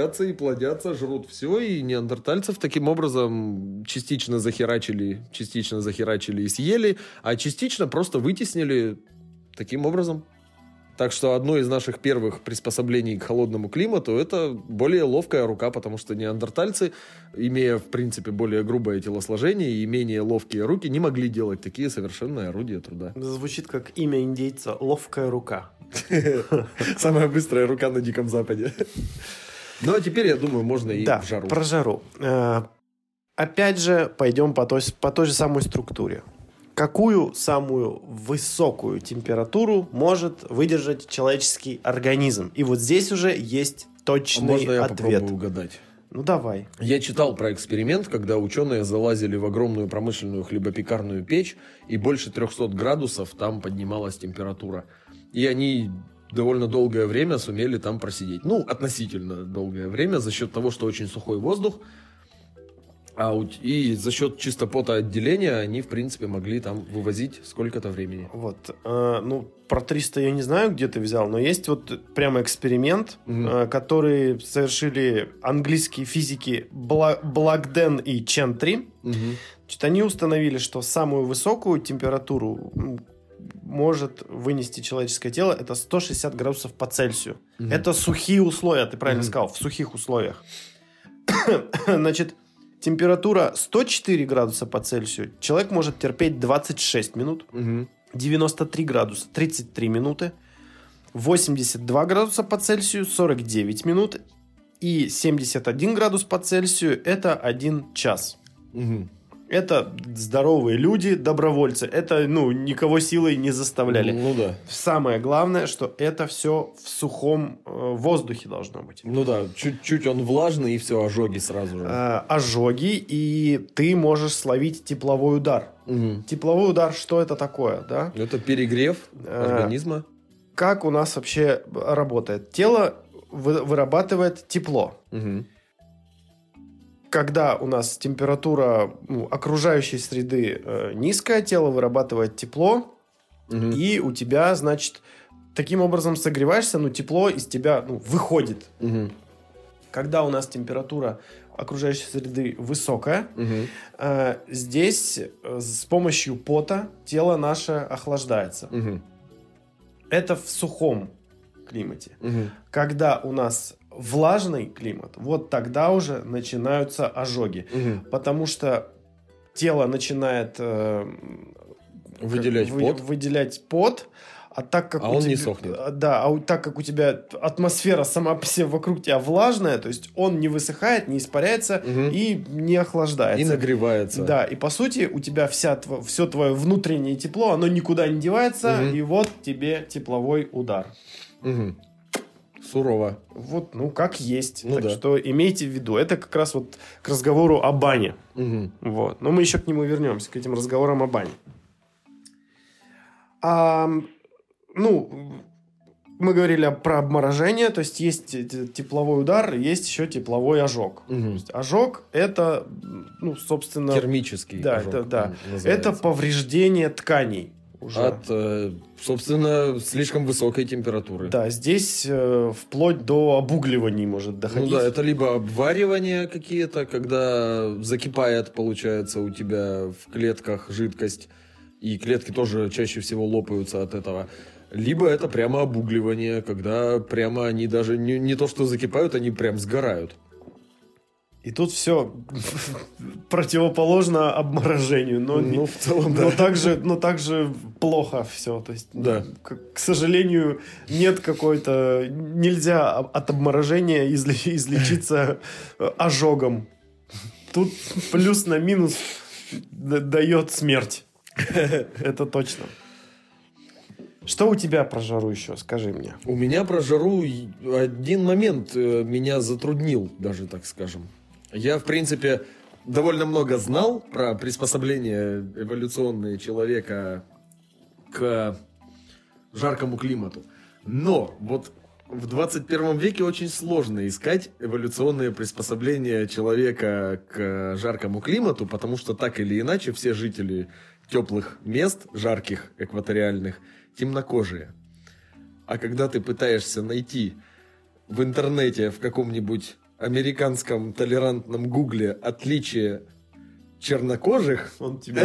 жрут все, и неандертальцев таким образом частично захерачили и съели, а частично просто вытеснили таким образом. Так что одно из наших первых приспособлений к холодному климату — это более ловкая рука, потому что неандертальцы, имея, в принципе, более грубое телосложение и менее ловкие руки, не могли делать такие совершенные орудия труда. Звучит как имя индейца «Ловкая рука». Самая быстрая рука на Диком Западе. Ну, а теперь, я думаю, можно и в жару. Про жару. Опять же, пойдем по той же самой структуре. Какую самую высокую температуру может выдержать человеческий организм? И вот здесь уже есть точный можно я ответ. попробую угадать? Ну, давай. Я читал про эксперимент, когда ученые залазили в огромную промышленную хлебопекарную печь, и больше 300 градусов там поднималась температура. И они довольно долгое время сумели там просидеть. Ну, относительно долгое время, за счет того, что очень сухой воздух. И за счет чисто потоотделения они, в принципе, могли там вывозить сколько-то времени. Вот. Про 300 я не знаю, где ты взял, но есть вот прямо эксперимент, который совершили английские физики Блакден и Чентри. Значит, они установили, что самую высокую температуру может вынести человеческое тело, это 160 градусов по Цельсию. Это сухие условия, ты правильно сказал, в сухих условиях. Значит, температура 104 градуса по Цельсию человек может терпеть 26 минут, 93 градуса 33 минуты, 82 градуса по Цельсию 49 минут и 71 градус по Цельсию это 1 час. Это здоровые люди, добровольцы. Это, никого силой не заставляли. Ну да. Самое главное, что это все в сухом воздухе должно быть. Ну да, чуть-чуть он влажный, и все, ожоги сразу же. Ожоги, и ты можешь словить тепловой удар. Тепловой удар, что это такое, да? Это перегрев организма. Как у нас вообще работает? Тело вырабатывает тепло. Когда у нас температура окружающей среды низкая, тело вырабатывает тепло, и у тебя, значит, таким образом согреваешься, тепло из тебя выходит. Когда у нас температура окружающей среды высокая, здесь с помощью пота тело наше охлаждается. Это в сухом климате. Когда у нас влажный климат, вот тогда уже начинаются ожоги. Потому что тело начинает выделять пот, а так как он не сохнет. Да, так как у тебя атмосфера сама по себе вокруг тебя влажная, то есть он не высыхает, не испаряется и не охлаждается. И нагревается. Да, и по сути у тебя все твое внутреннее тепло, оно никуда не девается, и вот тебе тепловой удар. Сурово. Вот, как есть. Так что имейте в виду. Это как раз вот к разговору о бане. Вот. Но мы еще к нему вернемся, к этим разговорам о бане. Мы говорили про обморожение, то есть тепловой удар, есть еще тепловой ожог. То есть ожог это, собственно... Термический ожог. Да. Это повреждение тканей. Уже. От, собственно, слишком высокой температуры. Да, здесь вплоть до обугливаний может доходить. Это либо обваривание какие-то, когда закипает, получается, у тебя в клетках жидкость, и клетки тоже чаще всего лопаются от этого. Либо это прямо обугливание, когда прямо они даже не то что закипают, они прям сгорают. И тут все противоположно обморожению, но в целом, да. но также плохо все. То есть, да. К сожалению, нельзя от обморожения излечиться ожогом. Тут плюс на минус дает смерть. Это точно. Что у тебя про жару еще? Скажи мне. У меня про жару один момент меня затруднил, даже так скажем. Я, в принципе, довольно много знал про приспособление эволюционное человека к жаркому климату. Но вот в 21 веке очень сложно искать эволюционные приспособления человека к жаркому климату, потому что так или иначе все жители теплых мест, жарких, экваториальных, темнокожие. А когда ты пытаешься найти в интернете, в каком-нибудь американском толерантном гугле отличие чернокожих,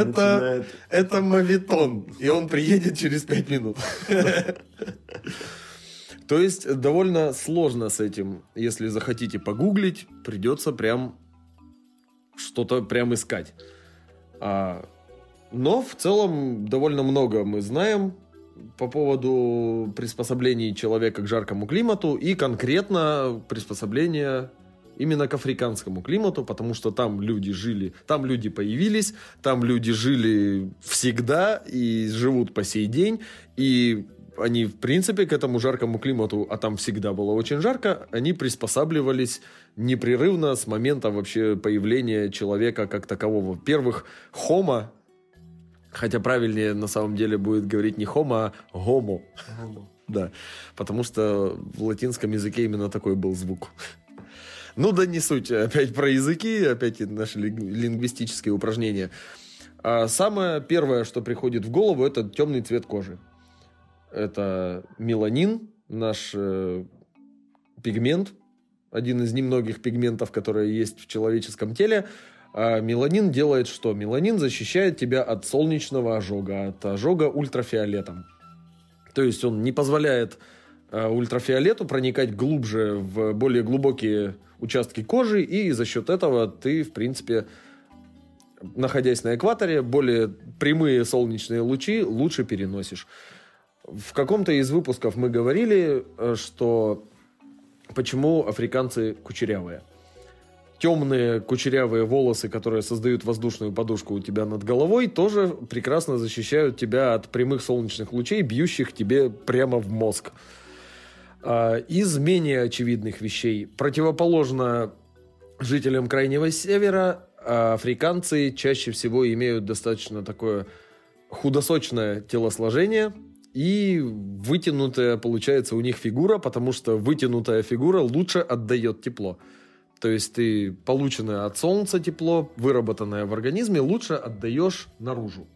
это моветон. И он приедет через 5 минут. То есть довольно сложно с этим. Если захотите погуглить, придется прям что-то прям искать. Но в целом довольно много мы знаем по поводу приспособлений человека к жаркому климату и конкретно приспособления именно к африканскому климату, потому что там люди жили, там люди появились, там люди жили всегда и живут по сей день, и они, в принципе, к этому жаркому климату, а там всегда было очень жарко, они приспосабливались непрерывно с момента вообще появления человека как такового. Во-первых, homo, хотя правильнее на самом деле будет говорить не homo, а homo. Да, потому что в латинском языке именно такой был звук. Ну да не суть, опять про языки, опять наши лингвистические упражнения. А самое первое, что приходит в голову, это темный цвет кожи. Это меланин, наш пигмент, один из немногих пигментов, которые есть в человеческом теле. А меланин делает что? Меланин защищает тебя от солнечного ожога, от ожога ультрафиолетом. То есть он не позволяет ультрафиолету проникать глубже в более глубокие участки кожи, и за счет этого ты, в принципе, находясь на экваторе, более прямые солнечные лучи лучше переносишь. В каком-то из выпусков мы говорили, что почему африканцы кучерявые. Темные кучерявые волосы, которые создают воздушную подушку у тебя над головой, тоже прекрасно защищают тебя от прямых солнечных лучей, бьющих тебе прямо в мозг. Из менее очевидных вещей, противоположно жителям Крайнего Севера, африканцы чаще всего имеют достаточно такое худосочное телосложение и вытянутая получается у них фигура, потому что вытянутая фигура лучше отдает тепло. То есть ты полученное от солнца тепло, выработанное в организме, лучше отдаешь наружу.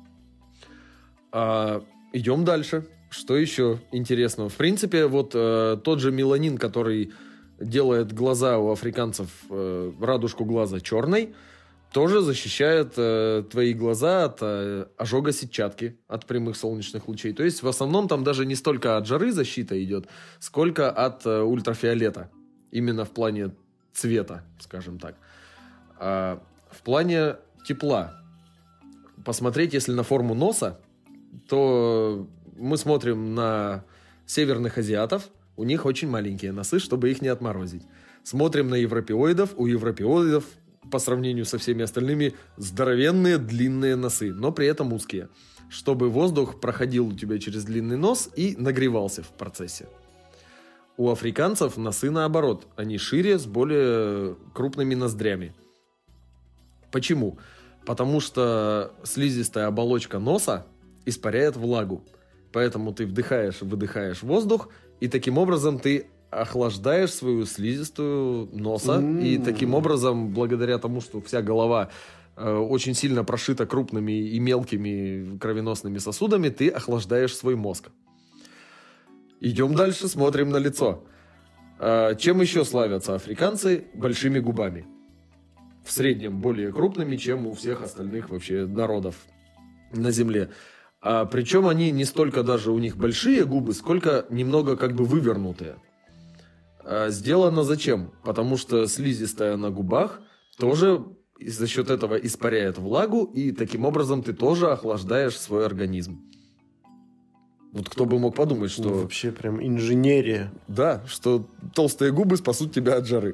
Идем дальше. Что еще интересного? В принципе, вот тот же меланин, который делает глаза у африканцев, радужку глаза черной, тоже защищает твои глаза от ожога сетчатки, от прямых солнечных лучей. То есть в основном там даже не столько от жары защита идет, сколько от ультрафиолета. Именно в плане цвета, скажем так. В плане тепла. Посмотреть, если на форму носа, то мы смотрим на северных азиатов, у них очень маленькие носы, чтобы их не отморозить. Смотрим на европеоидов, у европеоидов по сравнению со всеми остальными здоровенные длинные носы, но при этом узкие, чтобы воздух проходил у тебя через длинный нос и нагревался в процессе. У африканцев носы наоборот, они шире, с более крупными ноздрями. Почему? Потому что слизистая оболочка носа испаряет влагу. Поэтому ты вдыхаешь и выдыхаешь воздух, и таким образом ты охлаждаешь свою слизистую носа. И таким образом, благодаря тому, что вся голова очень сильно прошита крупными и мелкими кровеносными сосудами, ты охлаждаешь свой мозг. Идем дальше, смотрим на лицо. Чем еще славятся африканцы? Большими губами. В среднем более крупными, чем у всех остальных вообще народов на земле. Причем они не столько даже у них большие губы, сколько немного как бы вывернутые. Сделано зачем? Потому что слизистая на губах тоже за счет этого испаряет влагу, и таким образом ты тоже охлаждаешь свой организм. Вот кто бы мог подумать, что... Вообще прям инженерия. Да, что толстые губы спасут тебя от жары.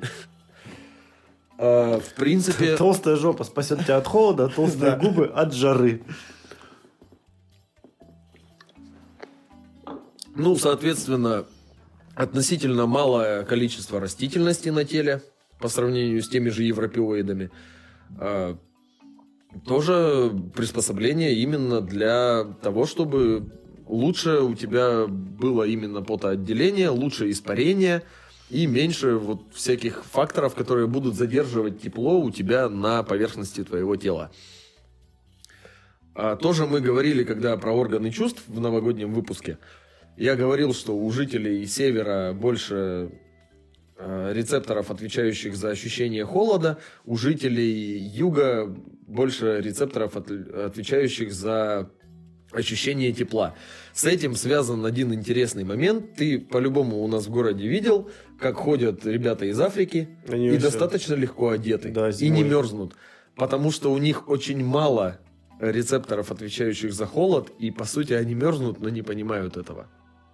В принципе... Толстая жопа спасет тебя от холода, а толстые губы от жары. Ну, соответственно, относительно малое количество растительности на теле по сравнению с теми же европеоидами. Тоже приспособление именно для того, чтобы лучше у тебя было именно потоотделение, лучше испарение и меньше вот всяких факторов, которые будут задерживать тепло у тебя на поверхности твоего тела. Тоже мы говорили, когда про органы чувств в новогоднем выпуске. Я говорил, что у жителей севера больше рецепторов, отвечающих за ощущение холода, у жителей юга больше рецепторов, отвечающих за ощущение тепла. С этим связан один интересный момент. Ты по-любому у нас в городе видел, как ходят ребята из Африки и достаточно легко одеты, да, и не мерзнут. Потому что у них очень мало рецепторов, отвечающих за холод, и, по сути, они мерзнут, но не понимают этого.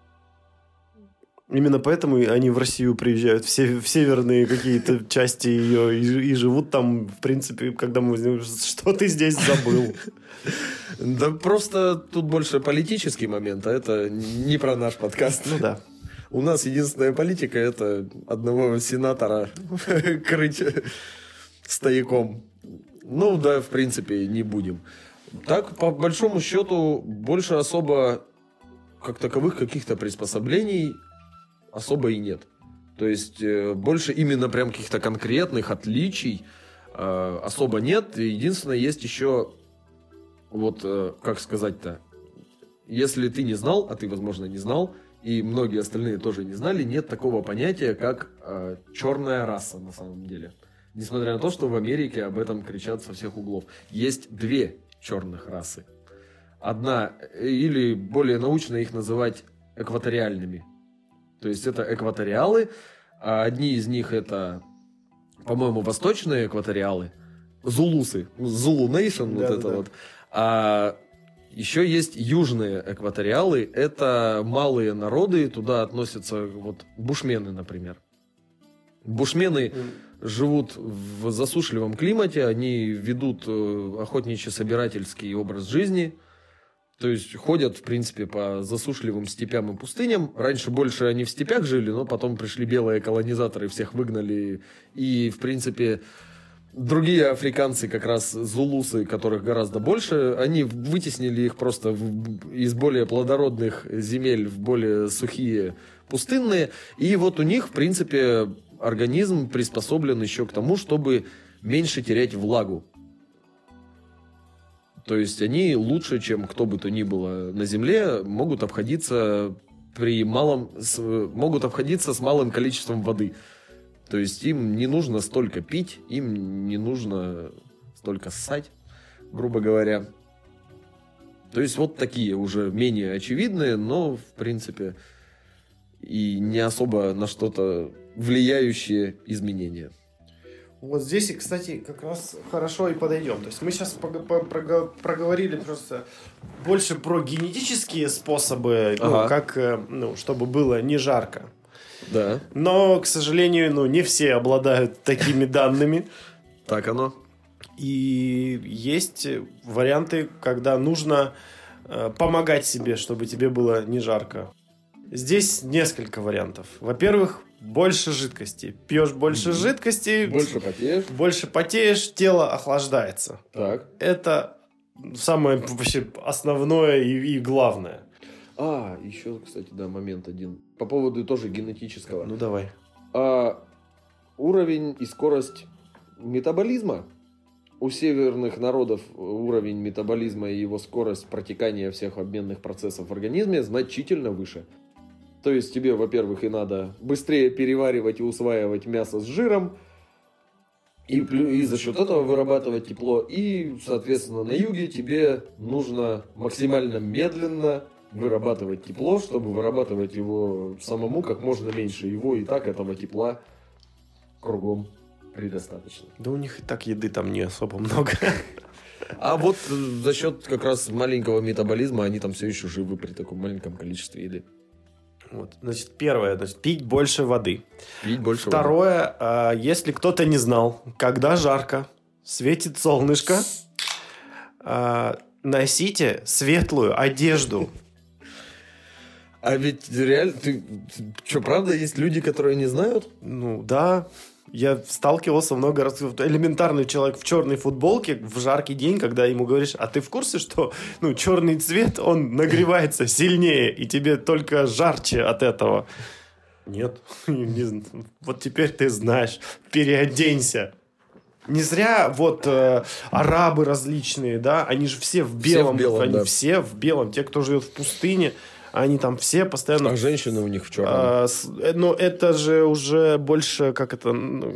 Именно поэтому они в Россию приезжают, в северные какие-то части ее, и живут там, в принципе, когда мы узнаем, что ты здесь забыл. Да просто тут больше политический момент, а это не про наш подкаст. Ну да. У нас единственная политика – это одного сенатора крыть стояком. Ну да, в принципе, не будем. Так, по большому счету, больше особо, как таковых, каких-то приспособлений особо и нет. То есть, больше именно прям каких-то конкретных отличий особо нет. Единственное, есть еще, вот, как сказать-то, если ты не знал, а ты, возможно, не знал, и многие остальные тоже не знали, нет такого понятия, как черная раса на самом деле. Несмотря на то, что в Америке об этом кричат со всех углов. Есть две черных расы. Одна, или более научно их называть экваториальными. То есть это экваториалы, а одни из них это, по-моему, восточные экваториалы, зулусы, Zulu Nation, вот это вот. А еще есть южные экваториалы, это малые народы, туда относятся вот бушмены, например. Бушмены живут в засушливом климате, они ведут охотничьо-собирательский образ жизни. То есть ходят, в принципе, по засушливым степям и пустыням. Раньше больше они в степях жили, но потом пришли белые колонизаторы, всех выгнали. И, в принципе, другие африканцы, как раз зулусы, которых гораздо больше, они вытеснили их просто из более плодородных земель в более сухие, пустынные. И вот у них, в принципе, организм приспособлен еще к тому, чтобы меньше терять влагу. То есть они лучше, чем кто бы то ни было на Земле, могут обходиться с малым количеством воды. То есть им не нужно столько пить, им не нужно столько ссать, грубо говоря. То есть вот такие уже менее очевидные, но в принципе и не особо на что-то влияющие изменения. Вот здесь, кстати, как раз хорошо и подойдем. То есть мы сейчас проговорили просто больше про генетические способы, чтобы было не жарко. Да. Но, к сожалению, не все обладают такими данными. Так оно. И есть варианты, когда нужно помогать себе, чтобы тебе было не жарко. Здесь несколько вариантов. Во-первых, больше жидкости. Пьешь больше жидкости. Больше потеешь, тело охлаждается. Так. Это самое вообще основное и главное. Еще, кстати, момент один. По поводу тоже генетического. Ну, давай. Уровень и скорость метаболизма. У северных народов уровень метаболизма и его скорость протекания всех обменных процессов в организме значительно выше. То есть тебе, во-первых, и надо быстрее переваривать и усваивать мясо с жиром, и за счет этого вырабатывать тепло. И, соответственно, на юге тебе нужно максимально медленно вырабатывать тепло, чтобы вырабатывать его самому как можно меньше. Его и так этого тепла кругом предостаточно. Да у них и так еды там не особо много. А вот за счет как раз маленького метаболизма они там все еще живы при таком маленьком количестве еды. Вот. Значит, первое, пить больше воды. Второе, если кто-то не знал, когда жарко, светит солнышко, носите светлую одежду. А ведь реально, правда, есть люди, которые не знают? Ну, да. Я сталкивался много раз. Элементарный человек в черной футболке в жаркий день, когда ему говоришь, а ты в курсе, что черный цвет, он нагревается сильнее, и тебе только жарче от этого? Нет. Вот теперь ты знаешь. Переоденься. Не зря арабы различные, да, они же все в белом. Все в белом. Те, кто живет в пустыне, они там все постоянно... А женщины у них в черном. Но это же уже больше,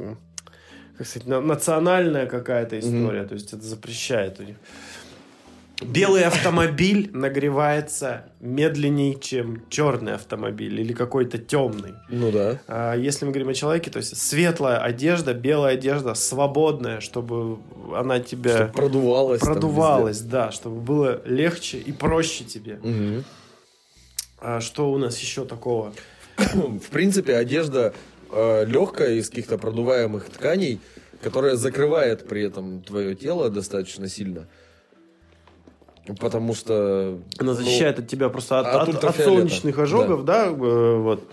национальная какая-то история. То есть это запрещает у них. Белый автомобиль нагревается медленнее, чем черный автомобиль или какой-то темный. Ну да. А если мы говорим о человеке, то есть светлая одежда, белая одежда, свободная, чтобы она тебя... Чтобы продувалась. Да, чтобы было легче и проще тебе. Угу. А что у нас еще такого? В принципе, одежда легкая из каких-то продуваемых тканей, которая закрывает при этом твое тело достаточно сильно. Потому что... Она защищает от тебя просто от ультрафиолета. солнечных ожогов, да? Вот.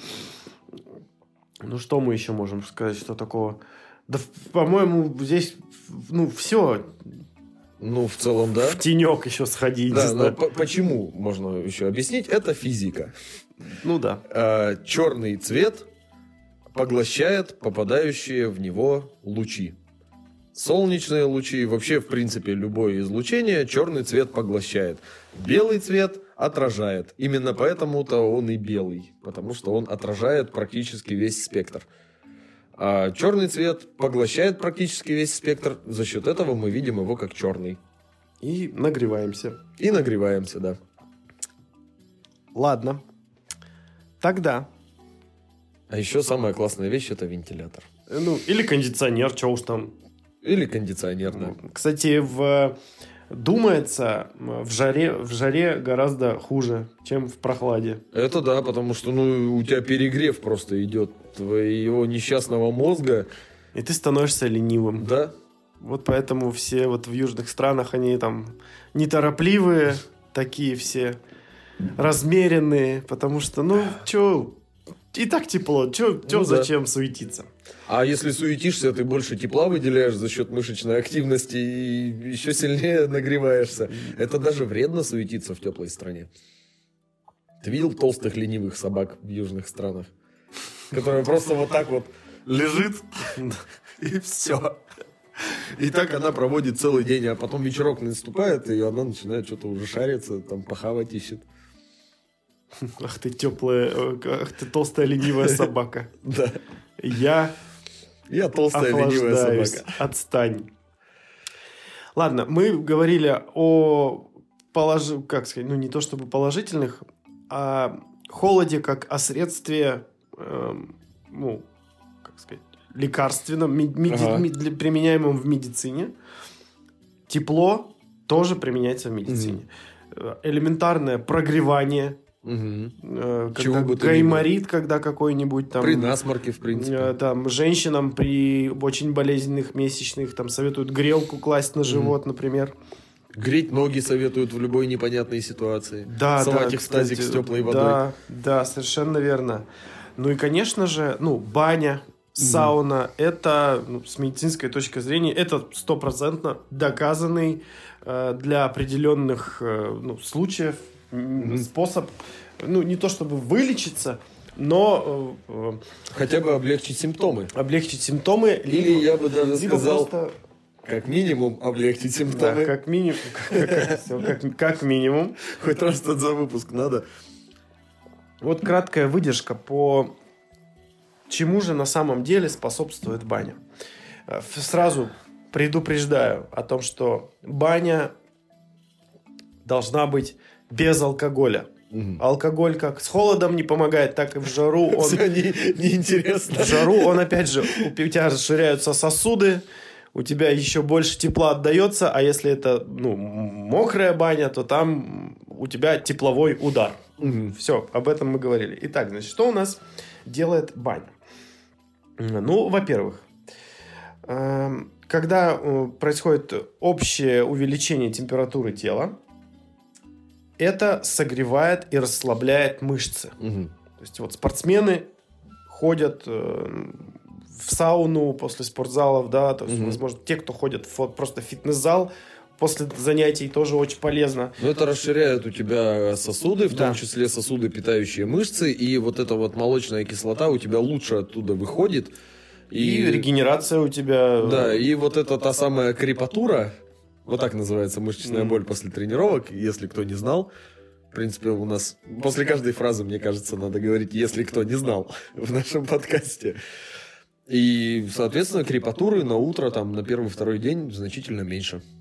Ну, что мы еще можем сказать, что такого? Да, по-моему, здесь, все. Ну, в целом, да. В тенек еще сходить. Да, но почему, можно еще объяснить, это физика. Ну, да. Черный цвет поглощает попадающие в него лучи. Солнечные лучи, вообще, в принципе, любое излучение черный цвет поглощает. Белый цвет отражает. Именно поэтому-то он и белый. Потому что он отражает практически весь спектр. А черный цвет поглощает практически весь спектр. За счет этого мы видим его как черный. И нагреваемся. И нагреваемся, да. Ладно. Тогда. А еще самая классная вещь – это вентилятор. Или кондиционер, что уж там. Или кондиционер, да. Кстати, думается, в жаре гораздо хуже, чем в прохладе. Это да, потому что у тебя перегрев просто идет твоего несчастного мозга. И ты становишься ленивым. Да. Вот поэтому все вот в южных странах, они там неторопливые, такие все размеренные, потому что, чё, и так тепло, зачем суетиться? А если суетишься, ты больше тепла выделяешь за счет мышечной активности и еще сильнее нагреваешься. Это даже вредно суетиться в теплой стране. Ты видел толстых ленивых собак в южных странах? Которая просто вот так вот лежит и все. И так она проводит целый день, а потом вечерок наступает, и она начинает что-то уже шариться, там похавать ищет. Ах ты толстая ленивая собака. Да. Я толстая ленивая собака. Отстань. Ладно, мы говорили о не то чтобы положительных, а холоде как о средстве, лекарственном, применяемом в медицине. Тепло тоже применяется в медицине. Элементарное прогревание. Когда гайморит, когда какой-нибудь там... При насморке, в принципе. Там женщинам при очень болезненных месячных там советуют грелку класть на живот, например. Греть ноги советуют в любой непонятной ситуации. Да, совать их в тазик с теплой водой. Да, совершенно верно. Ну и, конечно же, баня, сауна, это, с медицинской точки зрения, это 100% доказанный для определенных случаев способ, не то чтобы вылечиться, но... хотя бы облегчить симптомы. Или я бы даже сказал, просто... как минимум облегчить симптомы. Да, как минимум. Хоть раз тут за выпуск надо. Вот краткая выдержка по чему же на самом деле способствует баня. Сразу предупреждаю о том, что баня должна быть без алкоголя. Алкоголь как с холодом не помогает, так и в жару. Все неинтересно. В жару он, опять же, у тебя расширяются сосуды, у тебя еще больше тепла отдается, а если это мокрая баня, то там у тебя тепловой удар. Все, об этом мы говорили. Итак, значит, что у нас делает баня? Во-первых, когда происходит общее увеличение температуры тела, это согревает и расслабляет мышцы. То есть вот спортсмены ходят в сауну после спортзалов, да, то есть, возможно, те, кто ходят просто в фитнес-зал, после занятий тоже очень полезно. Но это расширяет у тебя сосуды, в том числе сосуды, питающие мышцы, и вот эта вот молочная кислота у тебя лучше оттуда выходит. И регенерация у тебя... Да, и вот это та самая крепатура, вот так называется мышечная боль после тренировок, если кто не знал. В принципе, у нас после каждой фразы, мне кажется, надо говорить «если кто не знал» в нашем подкасте. И, соответственно, крепатуры на утро, там, на первый-второй день значительно меньше.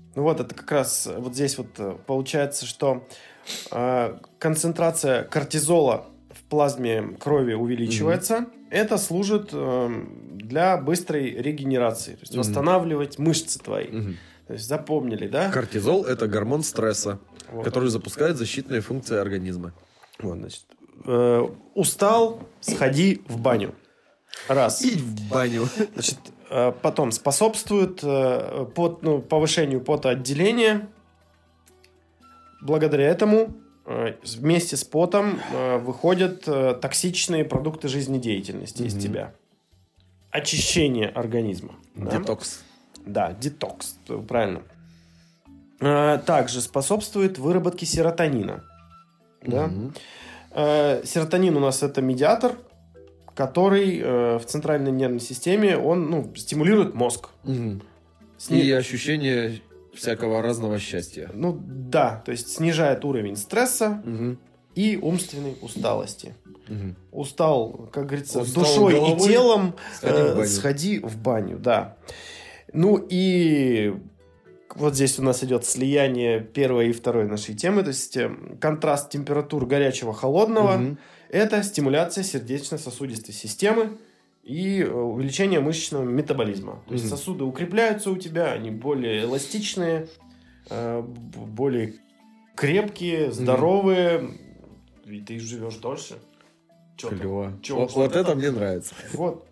Ну вот, это как раз вот здесь вот получается, что концентрация кортизола в плазме крови увеличивается. Это служит для быстрой регенерации, то есть восстанавливать мышцы твои. То есть запомнили, да? Кортизол – это гормон стресса, который запускает защитные функции организма. Вот, значит, устал, сходи в баню. Раз. И в баню. Значит, потом способствует повышению потоотделения. Благодаря этому вместе с потом выходят токсичные продукты жизнедеятельности из тебя. Очищение организма. Детокс. Да, детокс, правильно. Также способствует выработке серотонина. Да? Серотонин у нас это медиатор, который в центральной нервной системе, он стимулирует мозг. И ощущение всякого разного счастья. Ну да, то есть снижает уровень стресса и умственной усталости. Устал, как говорится, душой головой, и телом, сходи в баню, да. Ну и вот здесь у нас идет слияние первой и второй нашей темы, то есть контраст температур горячего-холодного. Это стимуляция сердечно-сосудистой системы и увеличение мышечного метаболизма. То есть сосуды укрепляются у тебя, они более эластичные, более крепкие, здоровые, и ты живешь дольше. Клево. Вот это мне нравится. Вот.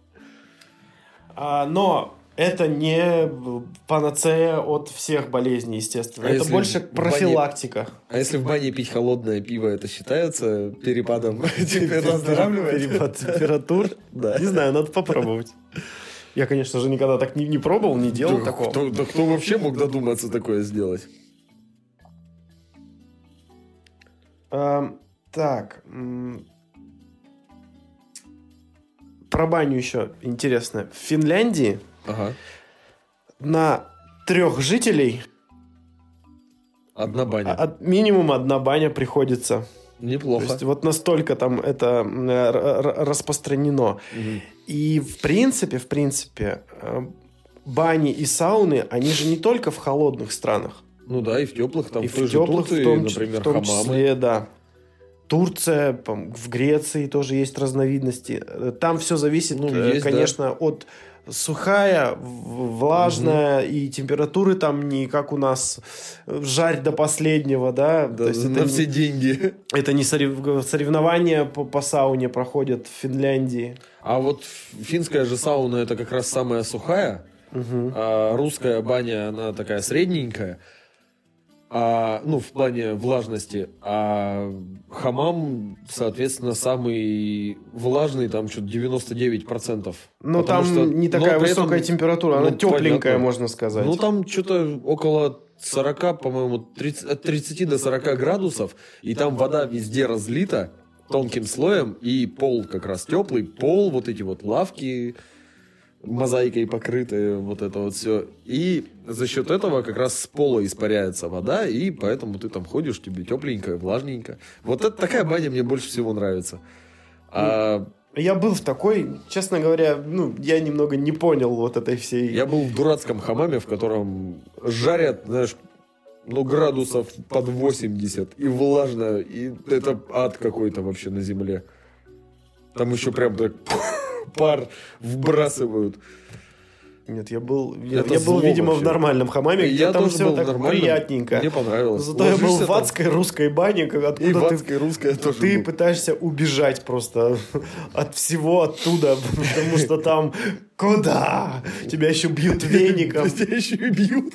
Но это не панацея от всех болезней, естественно. Это больше профилактика. А если в бане пить холодное пиво, это считается перепадом температур? Перепад температур? Да. Не знаю, надо попробовать. Я, конечно же, никогда так не пробовал, не делал такого. Да кто вообще мог додуматься такое сделать? Так. Про баню еще интересно. В Финляндии на 3 жителей одна баня. Минимум одна баня приходится. Неплохо. То есть вот настолько там это распространено. И в принципе, бани и сауны, они же не только в холодных странах. Ну да, и в теплых, там и в той же Турции, например, в том хамамы. Числе, да. Турция, в Греции тоже есть разновидности. Там все зависит, конечно, от сухая, влажная, и температуры там не как у нас жарь до последнего, да. То есть на все деньги. Это не соревнования по сауне проходят в Финляндии. А вот финская же сауна это как раз самая сухая, а русская баня она такая средненькая. В плане влажности, а хамам, соответственно, самый влажный, там что-то 99%. Ну, там что, не такая высокая температура, она тепленькая, понятно, можно сказать. Ну, там что-то около 40, по-моему, от 30 до 40 градусов, и там вода везде разлита тонким слоем, и пол как раз теплый, пол, вот эти вот лавки мозаикой покрытые, вот это вот все. И за счет этого как раз с пола испаряется вода, и поэтому ты там ходишь, тебе тепленько, влажненько. Вот это такая баня мне больше всего нравится. Я был в такой, честно говоря, я немного не понял вот этой всей... Я был в дурацком хамаме, в котором жарят, знаешь, градусов под 80, и влажно, и это ад какой-то вообще на земле. Там еще прям так... пар вбрасывают. Нет, я был, видимо, вообще в нормальном хамаме, где я там все так приятненько. Мне понравилось. Зато я был в адской русской бане, откуда и в адской русской тоже ты был. Пытаешься убежать просто от всего оттуда, потому что там куда? Тебя еще бьют веником. Тебя еще и бьют.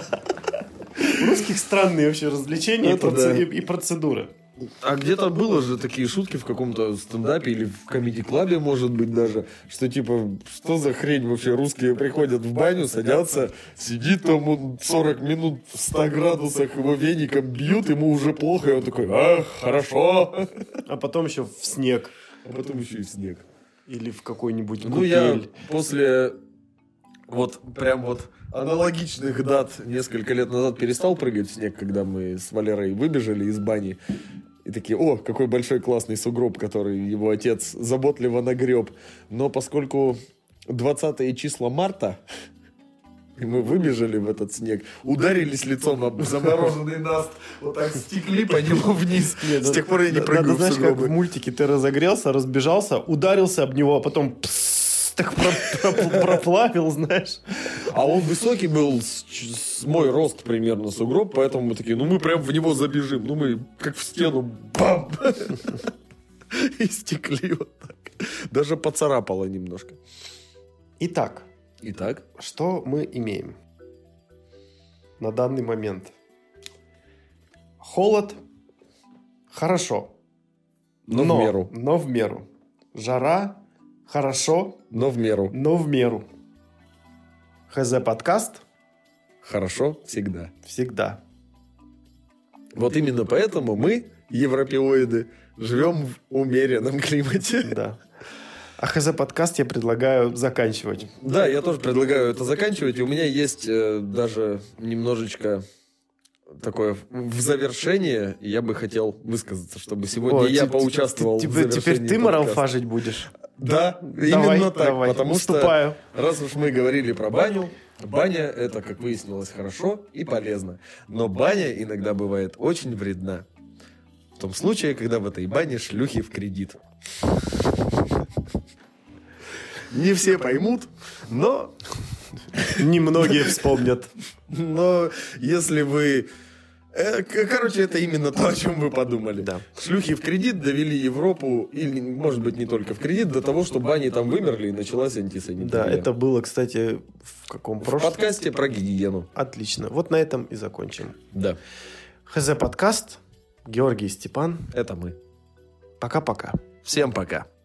У русских странные вообще развлечения и процедуры. А где-то было же такие шутки в каком-то стендапе или в комедий-клабе, может быть, даже, что типа, что за хрень вообще, русские приходят в баню, садятся, сидит там он 40 минут в 100 градусах, его веником бьют, ему уже плохо, и он такой, хорошо. А потом еще в снег. Или в какой-нибудь купель. Я после прям аналогичных дат несколько лет назад перестал прыгать в снег, когда мы с Валерой выбежали из бани. И такие, какой большой классный сугроб, который его отец заботливо нагреб. Но поскольку 20 числа марта, И мы выбежали в этот снег, ударились лицом об замороженный наст, вот так стекли по нему вниз. Нет, с тех пор я не прыгаю надо, в знаешь, как сугробы. в мультике ты разогрелся, разбежался, ударился об него, а потом так проплавил, знаешь. А он высокий был, с мой рост примерно сугроб, поэтому мы такие, ну мы прям в него забежим. Ну мы как в стену, бам! И стекли вот так. Даже поцарапало немножко. Итак, что мы имеем на данный момент? Холод – хорошо. Но в меру. Но в меру. Жара – хорошо. Но в меру. Но в меру. ХЗ-подкаст – Хорошо всегда. всегда. Вот именно поэтому мы, европеоиды, живем в умеренном климате. Да. А ХЗ-подкаст я предлагаю заканчивать. Да, я тоже предлагаю это заканчивать. И у меня есть даже немножечко такое в завершение. Я бы хотел высказаться, чтобы сегодня я поучаствовал в завершении Теперь ты подкаста. моралфажить будешь? Да, именно так. Давай, Потому уступаю. что, раз уж мы говорили про баню, баня – это, как выяснилось, хорошо и полезно. Но баня иногда бывает очень вредна. В том случае, когда в этой бане шлюхи в кредит. Не все поймут, но Немногие вспомнят. если вы... Короче, это именно то, о чем вы подумали. Да. Шлюхи в кредит довели Европу, или, может быть, не только в кредит, до того, что бани там вымерли и началась антисанитария. Да, это было, кстати, в каком в прошлом? подкасте про гигиену. Отлично. Вот на этом и закончим. Да, ХЗ-подкаст. Георгий и Степан. это мы. Пока-пока. Всем пока.